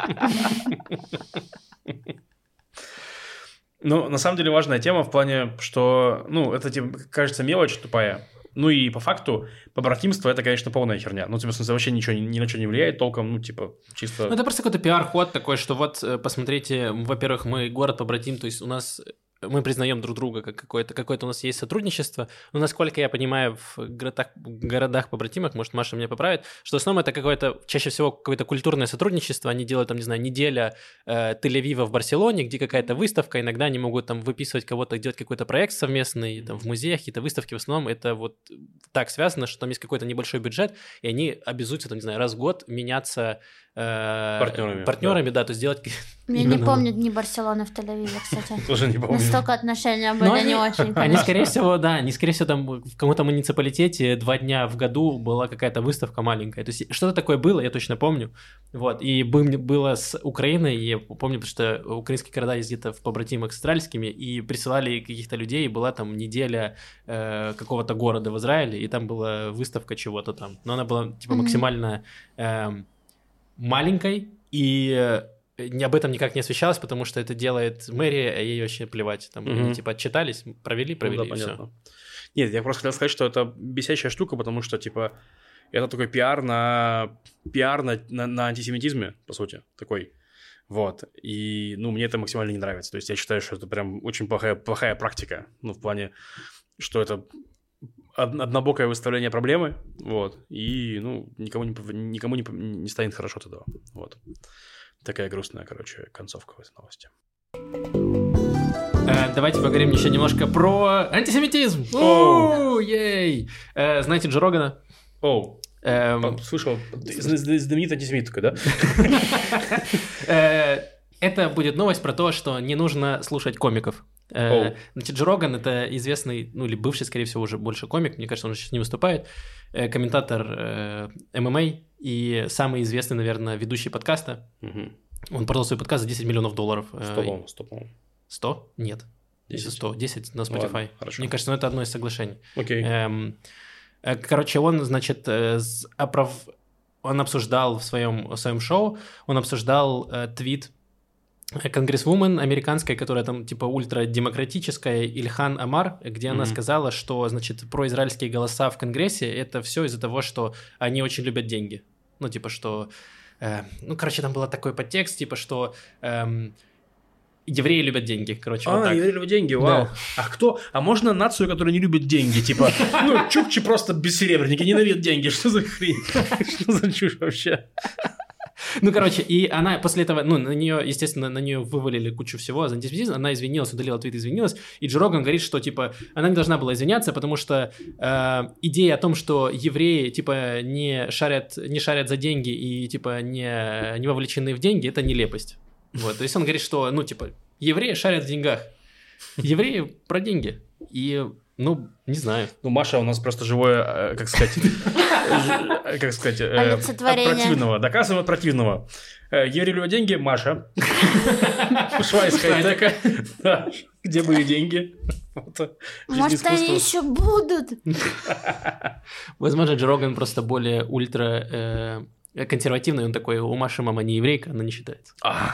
Ну, на самом деле важная тема в плане, что, ну, это, типа, кажется, мелочь тупая. Ну, и по факту побратимство — это, конечно, полная херня. Ну, типа, в смысле, вообще ничего, ни на что не влияет толком, ну, типа, чисто... Ну, это просто какой-то пиар-ход такой, что вот, посмотрите, во-первых, мы город-побратим, то есть у нас... Мы признаем друг друга, как какое-то, какое-то у нас есть сотрудничество, но, насколько я понимаю, в городах, городах-побратимах, может, Маша меня поправит, что в основном это какое-то, чаще всего, какое-то культурное сотрудничество, они делают, там, не знаю, неделя э, Тель-Авива в Барселоне, где какая-то выставка, иногда они могут там выписывать кого-то, делать какой-то проект совместный, там, в музеях, какие-то выставки, в основном это вот так связано, что там есть какой-то небольшой бюджет, и они обязуются, там, не знаю, раз в год меняться э, партнерами, партнерами, да. да, то есть делать... Я не помню дни Барселоны в Тель-Авиве, кстати. Тоже не помню. Настолько отношения были не очень. Они, скорее всего, да, они, скорее всего, там в каком-то муниципалитете два дня в году была какая-то выставка маленькая. То есть что-то такое было, я точно помню. Вот, и было с Украиной, и я помню, потому что украинские города есть где-то в побратимах с израильскими, и присылали каких-то людей, и была там неделя э, какого-то города в Израиле, и там была выставка чего-то там. Но она была, типа, максимально э, маленькой, и... об этом никак не освещалось, потому что это делает мэрия, а ей вообще плевать. Там, mm-hmm. они, типа, отчитались, провели, провели, ну, да, и понятно. Все. Нет, я просто хотел сказать, что это бесячая штука, потому что, типа, это такой пиар на пиар на, на, на антисемитизме, по сути, такой. Вот. И, ну, мне это максимально не нравится. То есть я считаю, что это прям очень плохая, плохая практика. Ну, в плане, что это однобокое выставление проблемы, вот. И, ну, никому не, никому не, не станет хорошо от этого. Вот. Такая грустная, короче, концовка в этой новости. Э, давайте поговорим еще немножко про антисемитизм. Оу, ей! Э, знаете Джо Рогана? Оу. Эм... Слышал, знаменитый антисемит такой, да? Это будет новость про то, что не нужно слушать комиков. Oh. Значит, Джо Роган — это известный, ну или бывший, скорее всего, уже больше комик, мне кажется, он сейчас не выступает, комментатор э, эм эм а и самый известный, наверное, ведущий подкаста. Uh-huh. Он продал свой подкаст за десять миллионов долларов. сто, по-моему, сто, по-моему. сто? Нет. десять? сто, десять на Spotify. Ладно, хорошо. Мне кажется, ну, это одно из соглашений. Окей. Okay. Эм, короче, он, значит, оправ... он обсуждал в своем, в своем шоу, он обсуждал э, твит конгрессвумен американская, которая там типа ультрадемократическая, Ильхан Омар, где mm-hmm. она сказала, что, значит, произраильские голоса в Конгрессе — это все из-за того, что они очень любят деньги. Ну, типа, что... Э, ну, короче, там был такой подтекст, типа, что... Эм, евреи любят деньги, короче, а, вот так. евреи любят деньги, вау. Да. А кто? А можно нацию, которая не любит деньги? Типа, ну, чукчи просто бессеребренники, ненавидят деньги. Что за хрень? Что за чушь вообще? Ну, короче, и она после этого, ну, на нее, естественно, на нее вывалили кучу всего за антисемитизм, она извинилась, удалила твит, извинилась, и Джо Роган говорит, что, типа, она не должна была извиняться, потому что э, идея о том, что евреи, типа, не шарят, не шарят за деньги и, типа, не, не вовлечены в деньги, это нелепость. Вот, то есть он говорит, что, ну, типа, евреи шарят в деньгах, евреи про деньги, и... Ну, не знаю. Ну, Маша у нас просто живое, как сказать, как сказать, от противного. Доказываем от противного. Евреи любят деньги, Маша. Ушла из хай-тека. Где были деньги? Может, они еще будут. Возможно, Джо Роган просто более ультра... консервативный, он такой, у Маши мама не еврейка, она не считается.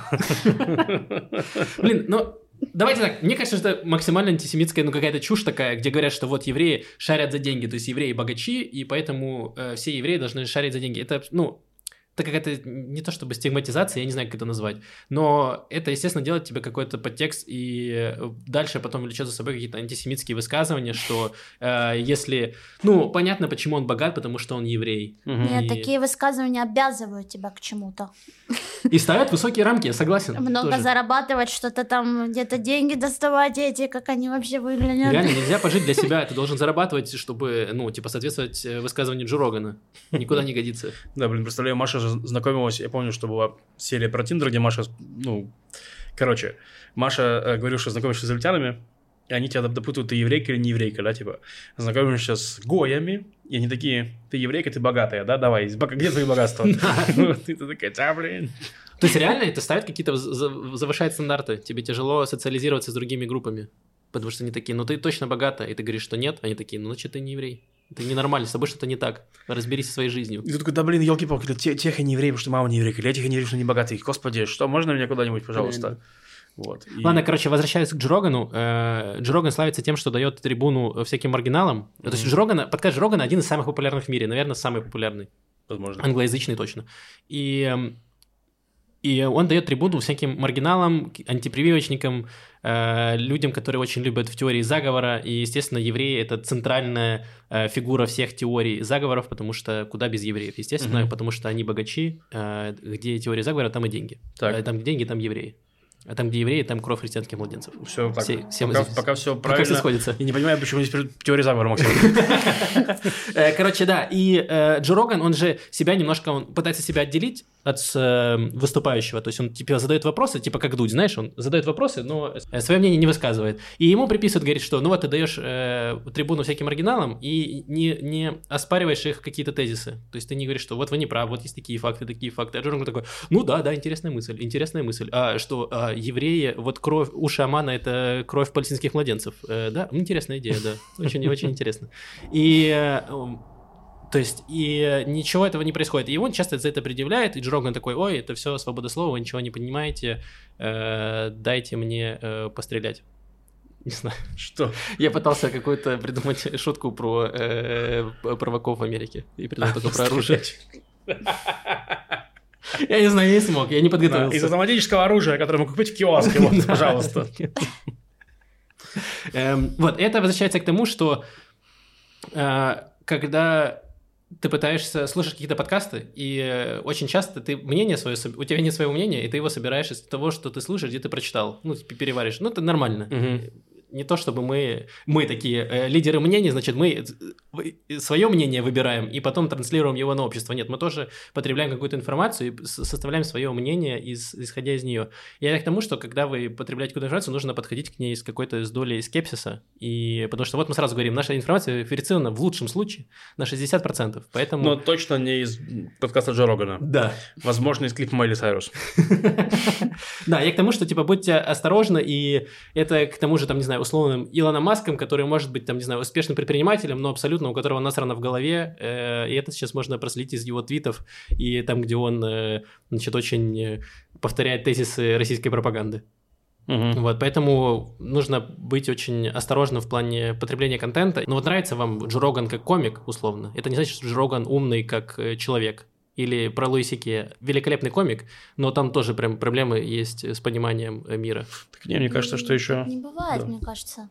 Блин, ну... Давайте так, мне кажется, что это максимально антисемитская, ну, какая-то чушь такая, где говорят, что вот евреи шарят за деньги, то есть евреи богачи, и поэтому э, все евреи должны шарить за деньги. Это, ну, это какая-то не то чтобы стигматизация, я не знаю, как это назвать, но это, естественно, делает тебе какой-то подтекст, и дальше потом влечет за собой какие-то антисемитские высказывания, что э, если... Ну, понятно, почему он богат, потому что он еврей. Нет, и... такие высказывания обязывают тебя к чему-то. И ставят высокие рамки, я согласен. Много тоже. Зарабатывать, что-то там, где-то деньги доставать эти, как они вообще выглядят. Реально, нельзя пожить для себя, ты должен зарабатывать, чтобы, ну, типа, соответствовать высказыванию Джо Рогана. Никуда не годится. Да, блин, представляю, Маша же знакомилась, я помню, что была серия про Тиндер, где Маша, ну, короче, Маша говорила, что знакомишься с израильтянами, и они тебя допытывают, ты еврейка или не еврейка, да, типа, знакомишься с гоями, и они такие, ты еврейка, ты богатая, да, давай, где твои богатства? Ты такая, да, блин. То есть реально это ставит какие-то, завышает стандарты, тебе тяжело социализироваться с другими группами, потому что они такие, ну ты точно богата, и ты говоришь, что нет, они такие, ну значит ты не еврей. Это ненормально, с тобой что-то не так. Разберись со своей жизнью. И ты такой, да блин, елки-палки, тех и не еврей, потому что мама не еврейка, или этих и не еврей, потому что не богатый. Господи, что, можно меня куда-нибудь, пожалуйста? Вот. И... Ладно, короче, возвращаясь к Джо Рогану. Э, Джо Роган славится тем, что дает трибуну всяким маргиналам. Mm-hmm. То есть Джо Роган, подкаст Джо Рогана один из самых популярных в мире, наверное, самый популярный. Возможно. Англоязычный точно. И... И он дает трибуну всяким маргиналам, антипрививочникам, э, людям, которые очень любят в теории заговора. И, естественно, евреи – это центральная э, фигура всех теорий заговоров, потому что куда без евреев? Естественно, mm-hmm. потому что они богачи. Э, где теория заговора, там и деньги. Э, там деньги, там евреи. А там, где евреи, там кровь христианских младенцев. Все так. Все, все пока, здесь, пока все правильно. Пока все сходится. И не понимаю, почему здесь теория заговора, Максим. Короче, да. И Джо Роган, он же себя немножко, он пытается себя отделить от выступающего. То есть он типа задает вопросы, типа как Дудь, знаешь, он задает вопросы, но свое мнение не высказывает. И ему приписывают, говорит, что ну вот ты даешь трибуну всяким маргиналам и не, не оспариваешь их какие-то тезисы. То есть ты не говоришь, что вот вы не правы, вот есть такие факты, такие факты. А Джо Роган такой, ну да, да, интересная мысль, интересная мысль. А что, а, евреи, вот кровь у шамана – это кровь палестинских младенцев. Э, да, интересная идея, да, очень-очень интересно. И, э, то есть, и ничего этого не происходит. И он часто за это предъявляет, и Джо Роган такой, ой, это все свобода слова, вы ничего не понимаете, э, дайте мне э, пострелять. Не знаю. Что? Я пытался какую-то придумать шутку про э, провоков в Америке, и придумал только про оружие. Я не знаю, я не смог, я не подготовился. Да, из автоматического оружия, которое мы купить в киоске, вот, пожалуйста. Вот, это возвращается к тому, что когда ты пытаешься слушать какие-то подкасты, и очень часто ты мнение свое, у тебя нет своего мнения, и ты его собираешь из того, что ты слушаешь, где ты прочитал, ну, переваришь. Ну, это нормально. Не то, чтобы мы, мы такие э, лидеры мнений, значит, мы свое мнение выбираем и потом транслируем его на общество. Нет, мы тоже потребляем какую-то информацию и составляем свое мнение, из, исходя из нее. Я к тому, что когда вы потребляете какую-то информацию, нужно подходить к ней с какой-то с долей скепсиса. И, потому что вот мы сразу говорим, наша информация верифицирована в лучшем случае на шестьдесят процентов. Поэтому... Но точно не из подкаста Джо Рогана. Да. Возможно, из клипа Майли Сайрус. Да, я к тому, что, типа, будьте осторожны, и это, к тому же, там, не знаю, условным Илоном Маском, который может быть, там, не знаю, успешным предпринимателем, но абсолютно у которого насрано в голове, э, и это сейчас можно проследить из его твитов, и там, где он, э, значит, очень повторяет тезисы российской пропаганды. Угу. Вот, поэтому нужно быть очень осторожным в плане потребления контента. Ну вот нравится вам Джо Роган как комик, условно, это не значит, что Джо Роган умный как человек. Или про Луи Си Кея. Великолепный комик, но там тоже прям проблемы есть с пониманием мира. Так не, мне кажется, что еще... Не бывает, да. Мне кажется.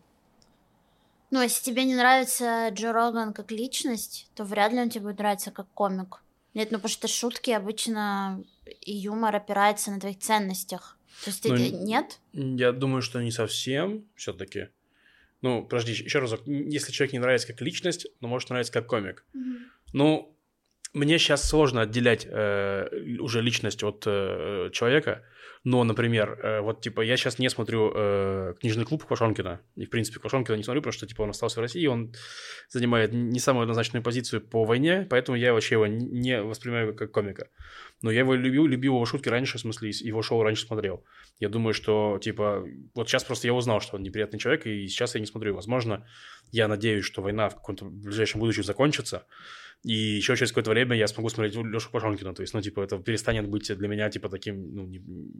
Ну, если тебе не нравится Джо Роган как личность, то вряд ли он тебе будет нравиться как комик. Нет, ну потому что шутки обычно и юмор опирается на твоих ценностях. То есть ну, ты нет? Я думаю, что не совсем все-таки. Ну, подожди, еще разок. Если человек не нравится как личность, но может нравиться как комик. Mm-hmm. Ну... Мне сейчас сложно отделять э, уже личность от э, человека, но, например, э, вот, типа, я сейчас не смотрю э, «Книжный клуб» Квашонкина, и, в принципе, Квашонкина не смотрю, потому что, типа, он остался в России, он занимает не самую однозначную позицию по войне, поэтому я вообще его не воспринимаю как комика. Но я его любил, любил его шутки раньше, в смысле, его шоу раньше смотрел. Я думаю, что, типа, вот сейчас просто я узнал, что он неприятный человек, и сейчас я не смотрю. Возможно, я надеюсь, что война в каком-то ближайшем будущем закончится, и еще через какое-то время я смогу смотреть Лешу Пашонкина. То есть, ну, типа, это перестанет быть для меня, типа, таким, ну,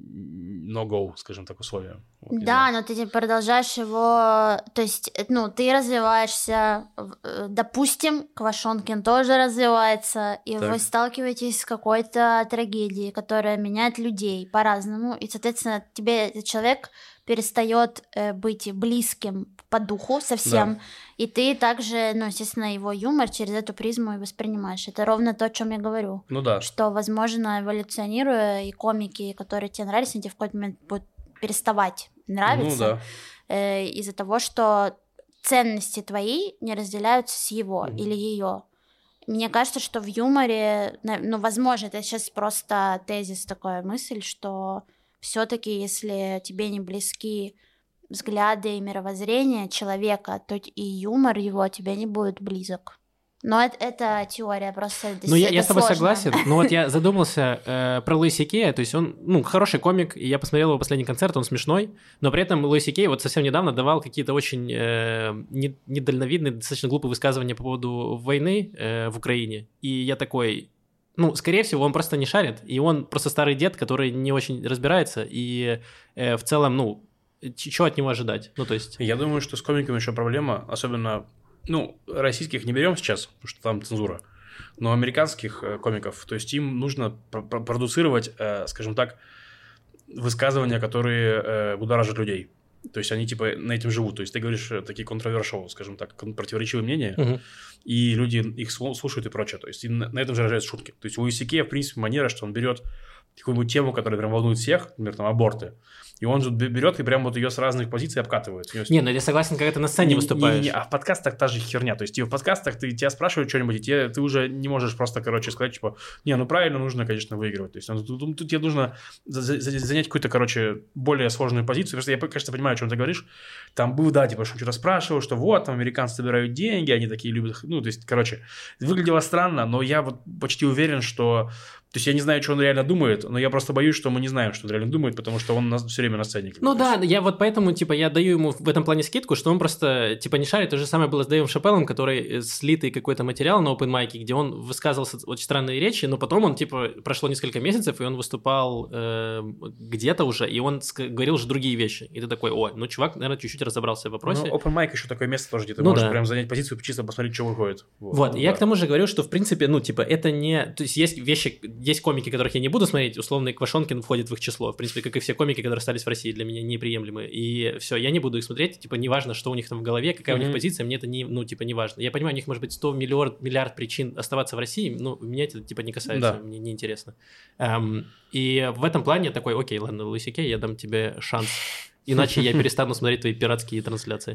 no-go, скажем так, условием. Вот, да, но ты продолжаешь его... То есть, ну, ты развиваешься, допустим, Квашонкин тоже развивается, и так. Вы сталкиваетесь с какой-то трагедией, которая меняет людей по-разному, и, соответственно, тебе этот человек перестает э, быть близким по духу совсем, да. И ты также, ну, естественно, его юмор через эту призму и воспринимаешь. Это ровно то, о чем я говорю. Ну да. Что, возможно, эволюционируя, и комики, которые тебе нравились, они тебе в какой-то момент будут переставать нравиться, ну, да. э, из-за того, что ценности твои не разделяются с его mm-hmm. или ее. Мне кажется, что в юморе, ну, возможно, это сейчас просто тезис, такая мысль, что все-таки, если тебе не близки взгляды и мировоззрение человека, то и юмор его тебе не будет близок. Но это, это теория, просто Ну, я, я с тобой сложно. согласен, но вот я задумался э, про Луи Си Кея, то есть он, ну, хороший комик, и я посмотрел его последний концерт, он смешной, но при этом Луи Си Кей вот совсем недавно давал какие-то очень э, недальновидные, достаточно глупые высказывания по поводу войны э, в Украине, и я такой... Ну, скорее всего, он просто не шарит, и он просто старый дед, который не очень разбирается, и э, в целом, ну, чего от него ожидать? Ну, то есть... Я думаю, что с комиками еще проблема, особенно, ну, российских не берем сейчас, потому что там цензура, но американских э, комиков, то есть им нужно пр- пр- продуцировать, э, скажем так, высказывания, которые э, будоражат людей. То есть они типа на этим живут. То есть ты говоришь такие controversial, скажем так, противоречивые мнения, uh-huh. и люди их слушают и прочее. То есть и на этом же рождаются шутки. То есть у Луи Си Кея, в принципе, манера, что он берет какую-нибудь тему, которая прям волнует всех, например, там аборты, и он же берет и прям вот ее с разных позиций обкатывает. Не, ну я согласен, когда ты на сцене не, выступаешь. Не, не, не, а в подкастах та же херня. То есть в подкастах ты, тебя спрашивают что-нибудь, и тебе, ты уже не можешь просто, короче, сказать, типа, не, ну правильно, нужно, конечно, выигрывать. То есть тут, тут, тут тебе нужно занять какую-то, короче, более сложную позицию. Потому что я, конечно, понимаю, о чем ты говоришь. Там был, да, типа, что-то спрашивал, что вот, там американцы собирают деньги, они такие любят. Ну, то есть, короче, выглядело странно, но я вот почти уверен, что... То есть я не знаю, что он реально думает, но я просто боюсь, что мы не знаем, что он реально думает, потому что он все время на сцене. Ну да, я вот поэтому, типа, я даю ему в этом плане скидку, что он просто, типа, не шарит. То же самое было с Дэйвом Шапеллом, который слитый какой-то материал на опенмайке, где он высказывался очень странные речи, но потом он, типа, прошло несколько месяцев, и он выступал э, где-то уже, и он говорил уже другие вещи. И ты такой, ой, ну, чувак, наверное, чуть-чуть разобрался в вопросе. Ну, опенмайк еще такое место тоже, где ты ну, можешь да. прям занять позицию, чисто посмотреть, что выходит. Вот, вот ну, я да. к тому же говорю, что, в принципе, ну, типа, это не... То есть есть вещи, есть комики, которых я не буду смотреть, условно, и Квашонкин входит в их число. В принципе, как и все комики, которые остались в России, для меня неприемлемы. И все, я не буду их смотреть, типа, неважно, что у них там в голове, какая mm-hmm. у них позиция, мне это не, ну, типа, не важно. Я понимаю, у них может быть сто миллиард, миллиард причин оставаться в России, но меня это, типа, не касается, да. мне неинтересно. Um, и в этом плане такой, окей, ладно, Луи Си Кей, я дам тебе шанс, иначе я перестану смотреть твои пиратские трансляции.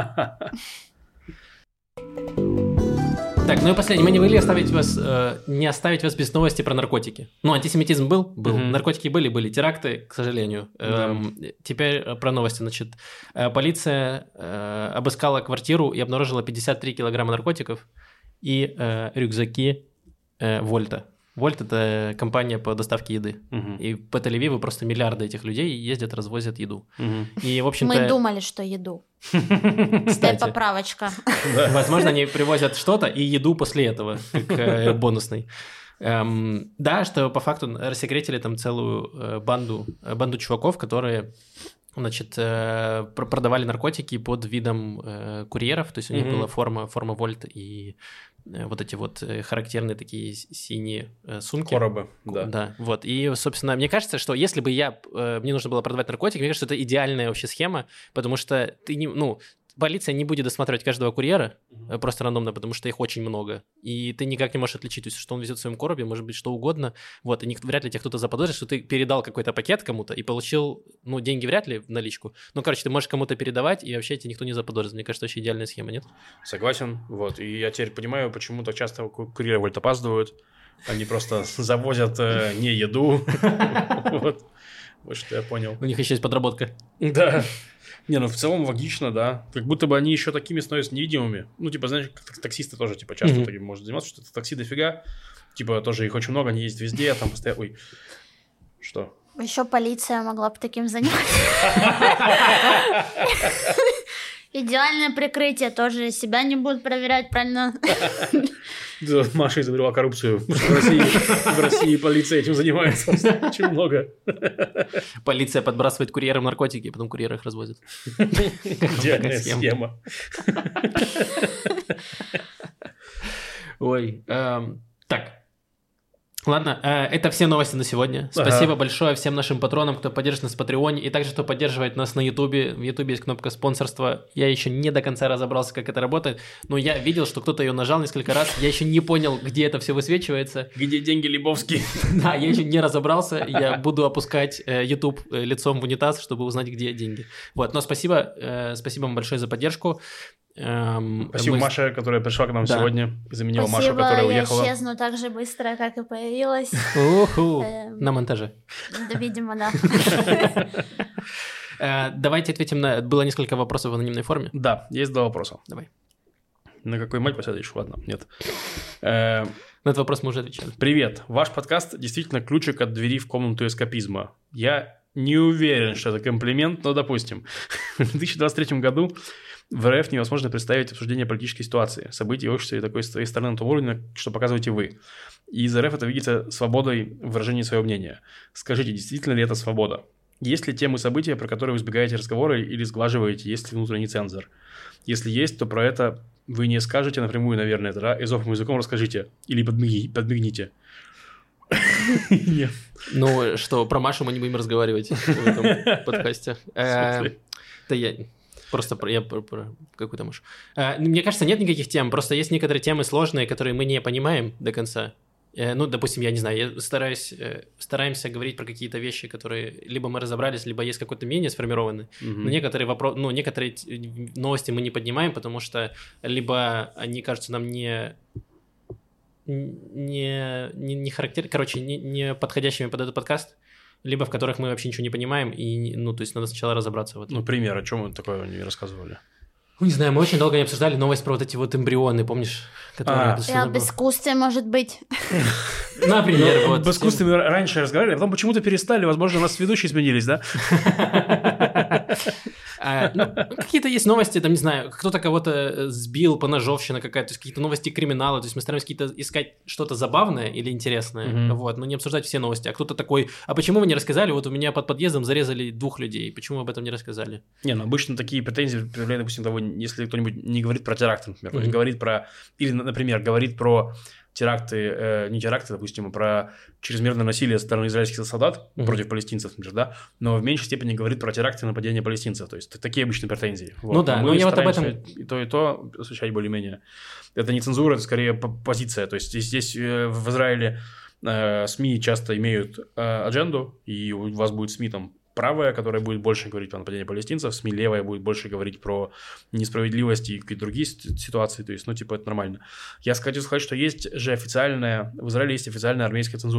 Так, ну и последнее. Мы не могли оставить вас, э, не оставить вас без новости про наркотики. Ну, антисемитизм был? Был. Mm-hmm. Наркотики были? Были. Теракты, к сожалению. Эм, yeah. Теперь про новости. Значит, э, полиция э, обыскала квартиру и обнаружила пятьдесят три килограмма наркотиков и э, рюкзаки э, Вольта. Вольт — это компания по доставке еды. Угу. И по Тель-Авиву просто миллиарды этих людей ездят, развозят еду. Угу. И, в общем-то... Мы думали, что еду. Кстати, поправочка. возможно, они привозят что-то и еду после этого, как э, бонусный. Эм, да, что по факту рассекретили там целую э, банду, э, банду чуваков, которые... Значит, э, продавали наркотики под видом э, курьеров, то есть у них Мгм. была форма, форма Вольт и э, вот эти вот э, характерные такие с- синие э, сумки. Коробы, Ку- да. Да, вот. И, собственно, мне кажется, что если бы я, э, мне нужно было продавать наркотики, мне кажется, это идеальная вообще схема, потому что ты не, ну, полиция не будет досматривать каждого курьера э, просто рандомно, потому что их очень много, и ты никак не можешь отличить, то есть, что он везет в своем коробе, может быть, что угодно, вот, и ник- вряд ли тебя кто-то заподозрит, что ты передал какой-то пакет кому-то и получил, ну, деньги вряд ли в наличку, ну, короче, ты можешь кому-то передавать, и вообще тебя никто не заподозрит, мне кажется, вообще идеальная схема, нет? Согласен, вот. И я теперь понимаю, почему так часто ку- курьеры Вольт опаздывают. Они просто завозят э, не еду. Вот. Вот что я понял. У них еще есть подработка. Да. Не, ну в целом логично, да. Как будто бы они еще такими становятся невидимыми. Ну, типа, знаешь, как так- таксисты тоже, типа, часто Мгм. таким может заниматься, что это такси дофига. Типа, тоже их очень много, они ездят везде, а там постоянно... Ой, что? Еще полиция могла бы таким заниматься. Идеальное прикрытие, тоже себя не будут проверять, правильно? Да, Маша изобрела коррупцию. Потому что в России, в России полиция этим занимается очень много. Полиция подбрасывает курьерам наркотики, потом курьеры их развозят. Идеальная Такая схема. схема. Ой, эм, так. Ладно, э, это все новости на сегодня. Ага. Спасибо большое всем нашим патронам, кто поддержит нас в Патреоне, и также кто поддерживает нас на Ютубе. В Ютубе есть кнопка спонсорства. Я еще не до конца разобрался, как это работает, но я видел, что кто-то ее нажал несколько раз. Я еще не понял, где это все высвечивается. Где деньги Лебовский? Да, я еще не разобрался. Я буду опускать э, YouTube э, лицом в унитаз, чтобы узнать, где деньги. Вот, но спасибо, э, спасибо вам большое за поддержку. Эм, Спасибо мы- Маше, которая пришла к нам Да. сегодня и заменила Машу, Спасибо, которая я уехала. исчезну так же быстро, как и появилась. Уху, Эм. на монтаже. Да, видимо, да. Э, Давайте ответим на... Было несколько вопросов в анонимной форме. Да, есть два вопроса. Давай. На какой мать посадишь? Ладно, нет. Э, На этот вопрос мы уже отвечали. Привет. Ваш подкаст действительно ключик от двери в комнату эскапизма. Я не уверен, что это комплимент, но допустим. В две тысячи двадцать третьем году в РФ невозможно представить обсуждение политической ситуации, событий в обществе и такой с твоей стороны на том уровне, что показываете вы. И из РФ это видится свободой в выражении своего мнения. Скажите, действительно ли это свобода? Есть ли темы события, про которые вы избегаете разговора или сглаживаете, есть ли внутренний цензор? Если есть, то про это вы не скажете напрямую, наверное, тогда эзоповым языком расскажите. Или подмигни- подмигните. Нет. Ну, что, про Машу мы не будем разговаривать в этом подкасте. Э, смысле? Да я... Просто про, я про, про какую-то Машу. Э, Мне кажется, нет никаких тем, просто есть некоторые темы сложные, которые мы не понимаем до конца. Э, Ну, допустим, я не знаю, я стараюсь, э, стараемся говорить про какие-то вещи, которые либо мы разобрались, либо есть какое-то мнение сформированное. Мгм. Но некоторые вопросы, ну, некоторые т- новости мы не поднимаем, потому что либо они кажутся нам не не, не, не характер... короче, не, не подходящими под этот подкаст, либо в которых мы вообще ничего не понимаем, и, не- ну, то есть надо сначала разобраться в этом. Ну, пример, о чем мы такое не рассказывали? Ну, не знаю, мы очень долго не обсуждали новость про вот эти вот эмбрионы, помнишь? Которые А. это И всё об было? искусстве, может быть. Например, Ну, вот. об искусстве мы раньше разговаривали, а потом почему-то перестали. Возможно, у нас ведущие сменились, да? А, ну, какие-то есть новости, там, не знаю, кто-то кого-то э, сбил, поножовщина какая-то, то есть какие-то новости криминала, то есть мы стараемся какие-то искать что-то забавное или интересное, Мгм. вот, но не обсуждать все новости. А кто-то такой, а почему вы не рассказали, вот у меня под подъездом зарезали двух людей, почему вы об этом не рассказали? Не, ну обычно такие претензии предъявляют, допустим, того, если кто-нибудь не говорит про теракты, например, то есть Мгм. говорит про, или, например, говорит про теракты, э, не теракты, допустим, а про чрезмерное насилие со стороны израильских солдат Мгм. против палестинцев, например, да, но в меньшей степени говорит про теракты и нападения палестинцев, то есть т- такие обычные претензии. Вот. Ну да, мы но я вот об стараемся этом- и то, и то освещать более-менее. Это не цензура, это скорее п- позиция, то есть здесь, здесь э, в Израиле э, СМИ часто имеют э, адженду, и у вас будет СМИ там правая, которая будет больше говорить про нападение палестинцев, СМИ левая будет больше говорить про несправедливость и какие-то другие с- ситуации, то есть, ну, типа, это нормально. Я хочу сказать, что есть же официальная, в Израиле есть официальная армейская цензура,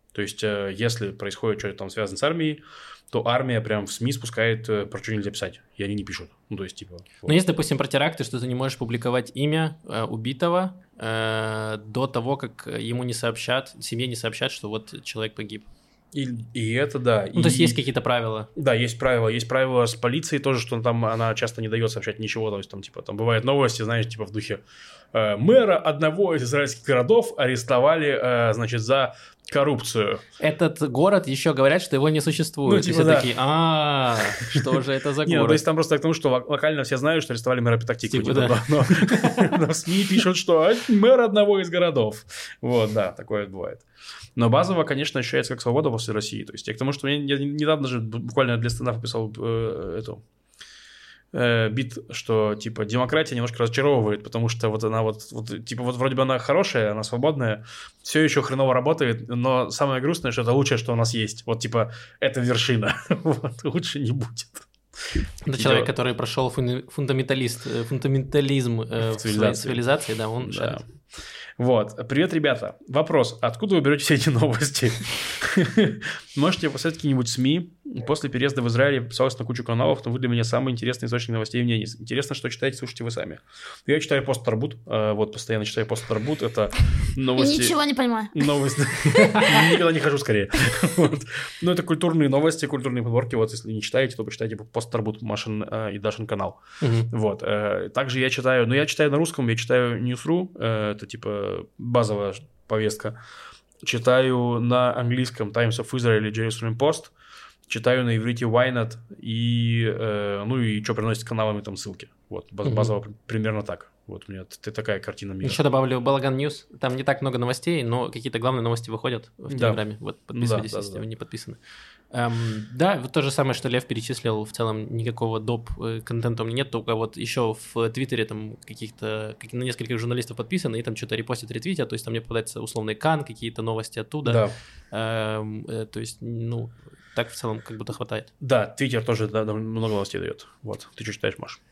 То есть, э, если происходит что-то там связано с армией, то армия прям в СМИ спускает, э, про что нельзя писать, и они не пишут. Ну, то есть, типа... Вот. Ну, есть, допустим, про теракты, что ты не можешь публиковать имя э, убитого э, до того, как ему не сообщат, семье не сообщат, что вот человек погиб. И, и это, да. Ну, и... то есть, есть какие-то правила. Да, есть правила. Есть правила с полицией тоже, что там она часто не дает сообщать ничего. То есть, там, типа, там бывают новости, знаешь, типа в духе э, мэра одного из израильских городов арестовали, э, значит, за коррупцию. Этот город еще говорят, что его не существует. Ну, типа, и все да. такие, а что же это за Не, ну, то город? есть там просто к тому, что локально все знают, что арестовали мэра Петахтиквы. Типа, Типа, да. но но в СМИ пишут, что мэр одного из городов. Вот, да, такое бывает. Но базово, конечно, ощущается как свобода после России. То есть я к тому, что я недавно же буквально для стендапа писал э, эту э, бит, что типа демократия немножко разочаровывает, потому что вот она вот, вот типа вот вроде бы она хорошая, она свободная, все еще хреново работает, но самое грустное, что это лучшее, что у нас есть. Вот типа это вершина. Вот, лучше не будет. Это человек, который прошел фундаменталист, фундаментализм э, в своей цивилизации, да, он шарит. Вот. Привет, ребята. Вопрос. Откуда вы берете все эти новости? Можете посмотреть какие-нибудь СМИ? После переезда в Израиль я подписался на кучу каналов, но вы для меня самый интересный источник новостей и мнений. Интересно, что читаете, слушайте вы сами. Я читаю Пост-Тарбут. Вот, постоянно читаю Пост-Тарбут. Это новости... И ничего не понимаю. Новости. Никогда не хожу скорее. Ну, это культурные новости, культурные подборки. Вот, если не читаете, то почитайте Пост-Тарбут, Машин и Дашин канал. Вот. Также я читаю... Ну, я читаю на русском, я читаю News.ru. Это, типа, базовая повестка. Читаю на английском Times of Israel и Jerusalem Post. Читаю на иврите Ynet и, э, ну, и что приносит каналами там ссылки. Вот, баз- базово mm-hmm. примерно так. Вот у меня т- такая картина мира. Еще добавлю Балаган Ньюс. Там не так много новостей, но какие-то главные новости выходят в Телеграме. Да. Вот, подписывайтесь, да, да, если да. вы не подписаны. Эм, да, вот то же самое, что Лев перечислил. В целом никакого доп. Контента у меня нет, только вот еще в Твиттере там каких-то, как, на нескольких журналистов подписано, и там что-то репостят, ретвитят, то есть там мне попадается условный Кан, какие-то новости оттуда. Да. Эм, э, то есть, ну... Так в целом как будто хватает. Да, Твиттер тоже да, много новостей дает. Вот. Ты что читаешь, Маш?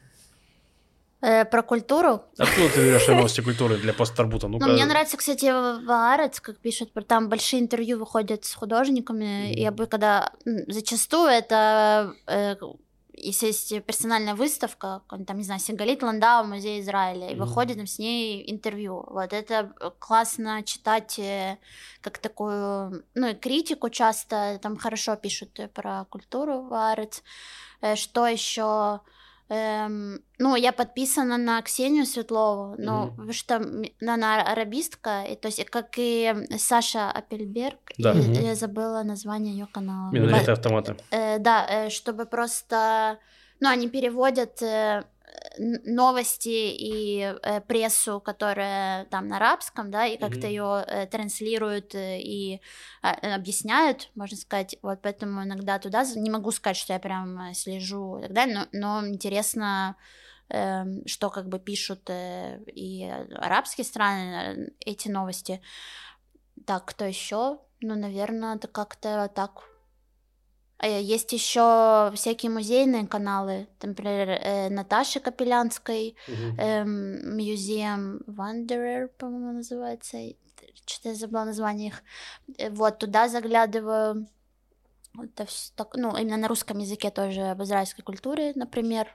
Э, про культуру? Откуда ты берешь новости культуры для Пост-Тарбута? Ну, мне нравится, кстати, в Аарец, как пишут, там большие интервью выходят с художниками. Mm-hmm. Я бы когда... Зачастую это... Э, если есть персональная выставка, там, не знаю, Сигалит Ландау, музей Израиля, и mm-hmm. выходит там с ней интервью. Вот это классно читать как такую, ну, и критику часто, там хорошо пишут про культуру в Аарец. Что еще? Эм, ну, я подписана на Ксению Светлову, но mm-hmm. что она арабистка, и, то есть как и Саша Апельберг, да. и, mm-hmm. я забыла название ее канала. Минолеты автомата. Э, да, э, чтобы просто, ну, они переводят э, новости и э, прессу, которая там на арабском, да, и как-то mm-hmm. ее э, транслируют э, и э, объясняют, можно сказать, вот поэтому иногда туда, не могу сказать, что я прям слежу и так далее, но, но интересно, э, что как бы пишут э, и арабские страны эти новости. Так, кто еще? Ну, наверное, это как-то так. Есть еще всякие музейные каналы, например, э, Наташи Капелянской, uh-huh. э, Museum Wanderer, по-моему, называется, что-то я забыла название их. Вот, туда заглядываю. Это все так, ну, именно на русском языке тоже об израильской культуре, например.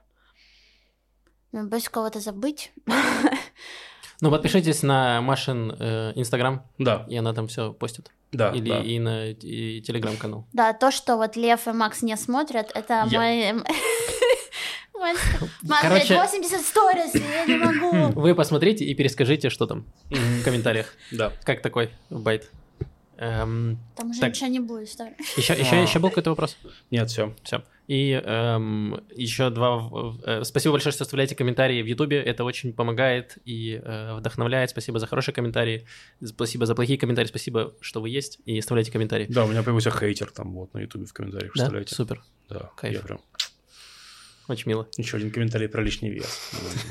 Боюсь кого-то забыть. Ну, подпишитесь на Машин Инстаграм, э, да. и она там все постит. Да, Или да. и на и Телеграм-канал. Да, то, что вот Лев и Макс не смотрят, это я... мой... Короче... восемьдесят сторис, я не могу. Вы посмотрите и перескажите, что там в комментариях. Да. Как такой байт. Эм, Там уже так. Ничего не будет, что ли? Еще, еще, еще был какой-то вопрос? Нет, все. Все. И эм, еще два... Э, спасибо большое, что оставляете комментарии в Ютубе. Это очень помогает и э, вдохновляет. Спасибо за хорошие комментарии. Спасибо за плохие комментарии. Спасибо, что вы есть. И оставляйте комментарии. Да, у меня появился хейтер там вот на Ютубе в комментариях. Да? Представляете? Супер. Да, кайф. Я прям... Очень мило. Еще один комментарий про лишний вес.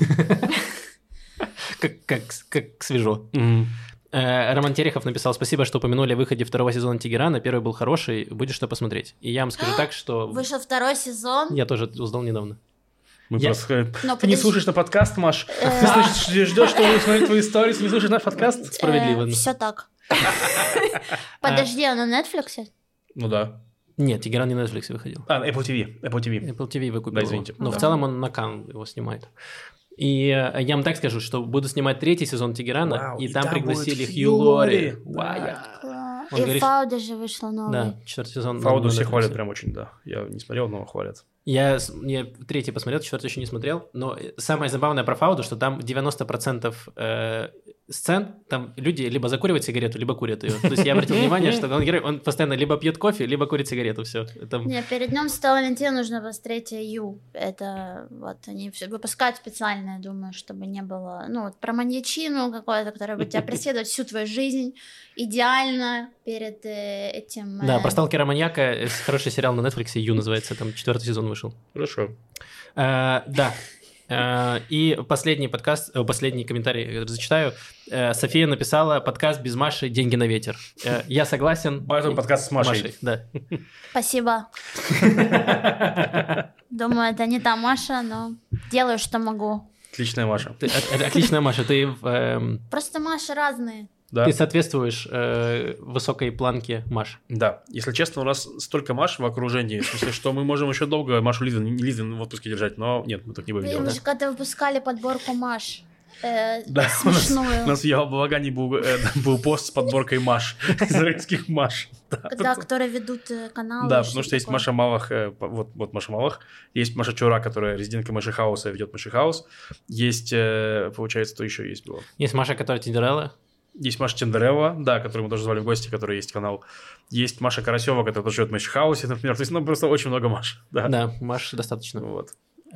Как свежо. Роман Терехов написал: спасибо, что упомянули о выходе второго сезона Тегерана. Первый был хороший, будет что посмотреть. И я вам скажу так, что... Вышел второй сезон? Я тоже узнал недавно. Мы я... просто... Но, ты не слушаешь на подкаст, Маш? Ты ждешь, что вы смотрите твои истории, не слушаешь наш подкаст? Справедливо. Все так. Подожди, он на Netflix? Ну да. Нет, Тегеран не на Netflix выходил. А, Apple ти ви. Apple ти ви. Apple ти ви выкупил. Да, извините. Но Да. в целом он на Cannes его снимает. И э, я вам так скажу, что буду снимать третий сезон Тегерана, Вау, и, и там там пригласили будет Хью Хью Лори. Лори. Вау. Да. Он И говорит, Фауда же вышла новый. Да, четвертый сезон. Фауду на все Netflix. хвалят прям очень, да. Я не смотрел, но хвалят. Я, с- я третий посмотрел, четвертый еще не смотрел, но самое забавное про Фауду, что там девяносто процентов э, сцен, там люди либо закуривают сигарету, либо курят ее. То есть я обратил внимание, что он, герой, он постоянно либо пьет кофе, либо курит сигарету, все. Не, перед днем Святого Валентина нужно посмотреть Ю. Это вот они все выпускают специально, я думаю, чтобы не было, ну, вот про маньячину какое-то, которая будет тебя преследовать всю твою жизнь идеально перед э, этим. Да, э, про сталкера-маньяка, э, хороший сериал на Netflix, Ю называется, там четвертый сезон вышел. Хорошо. Э, да. Э, И последний подкаст, э, последний комментарий зачитаю. Э, София написала: подкаст без Маши, деньги на ветер. Э, Я согласен. Поэтому подкаст с Машей. Да. Спасибо. Думаю, это не та Маша, но делаю, что могу. Отличная Маша. Ты- от- от- Отличная, Маша. Ты, в, эм, Просто Маши разные. Да. ты соответствуешь э, высокой планке Маш. Да. Если честно, у нас столько Маш в окружении, в смысле, что мы можем еще долго Машу Литвин, Литвин в отпуске держать, но нет, мы так не будем Блин, мы делать. же когда выпускали подборку Маш. э, Да, у нас, смешную. у нас в Ялбалагане был, э, был пост с подборкой Маш, израильских Маш. Да, Да, тут- которые ведут э, каналы. Да, и потому что что есть такое. Маша Малах, э, по- вот, вот Маша Малах, есть Маша Чура, которая резидентка Маши Хауса, ведет Маши Хаус, есть, э, получается, кто еще есть было? Есть Маша, которая Тиндерелла. Есть Маша Тендерева, да, которую мы тоже звали в гости, который есть канал. Есть Маша Карасева, которая тоже живет в Маши Хаусе, например. То есть, ну, просто очень много Маш. Да. Да, Маш достаточно. Вот.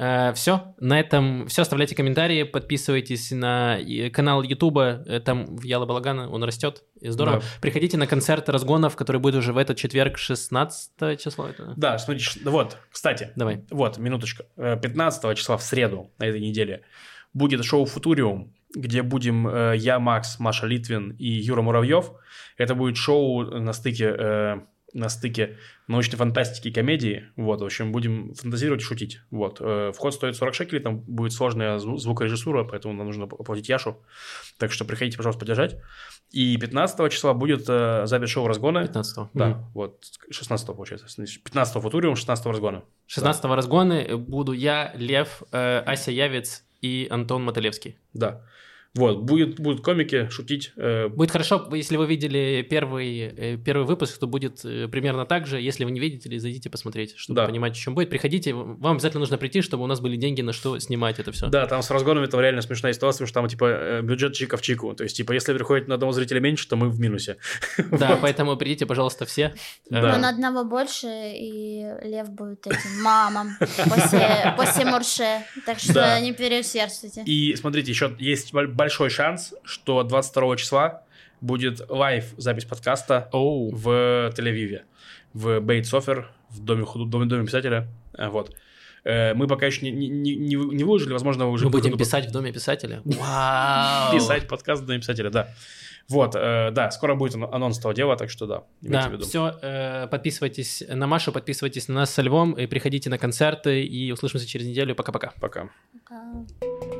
Все, на этом все. Оставляйте комментарии, подписывайтесь на э, канал Ютуба, э, там в Яла Балагана, он растет, и здорово. Да. Приходите на концерт разгонов, который будет уже в этот четверг, шестнадцатое число. Это... Да, смотрите, ш- вот, кстати, Давай. вот, минуточка. Э, пятнадцатого числа в среду на этой неделе будет шоу «Футуриум», где будем э, я, Макс, Маша Литвин и Юра Муравьев. Это будет шоу на стыке, э, на стыке научной фантастики и комедии. Вот, в общем, будем фантазировать и шутить. Вот. Э, вход стоит сорок шекелей, там будет сложная зву- звукорежиссура, поэтому нам нужно оплатить Яшу. Так что приходите, пожалуйста, поддержать. И пятнадцатого числа будет э, запись шоу «Разгоны». пятнадцатого. Да, Мгм. вот, шестнадцатого получается. пятнадцатого «Футуриум», шестнадцатого «Разгоны». шестнадцатого разгоны буду я, Лев, э, Ася Явец и Антон Мотылевский. Да. Вот, будет, будут комики шутить. э, Будет хорошо, если вы видели первый, э, первый выпуск, то будет э, примерно так же. Если вы не видели, зайдите посмотреть, чтобы Да. понимать, о чем будет. Приходите, вам обязательно нужно прийти, чтобы у нас были деньги на что снимать это все. Да, там с разгонами там реально смешная ситуация, потому что там типа э, бюджет чика в чику. То есть, типа, если приходит на одного зрителя меньше, то мы в минусе. Да, поэтому придите, пожалуйста, все. Да. Но на одного больше, и Лев будет этим мамом после, после Мурше. Так что Да. не переусердствуйте. И смотрите, еще есть бо- большой шанс, что двадцать второго числа будет лайв запись подкаста Оу. в Тель-Авиве, в Бейт Софер, в доме, худ- доме, доме писателя. А, Вот. Э, Мы пока еще не, не, не, не вы- не выложили, возможно, вы уже Мы будем буду писать в доме писателя. Вау! писать подкаст в доме писателя, да. Вот, э, да, скоро будет ан- анонс этого дела, так что да, имейте в Да, виду. все, подписывайтесь на Машу, подписывайтесь на нас со Львом, и приходите на концерты, и услышимся через неделю. Пока-пока. Пока. Пока.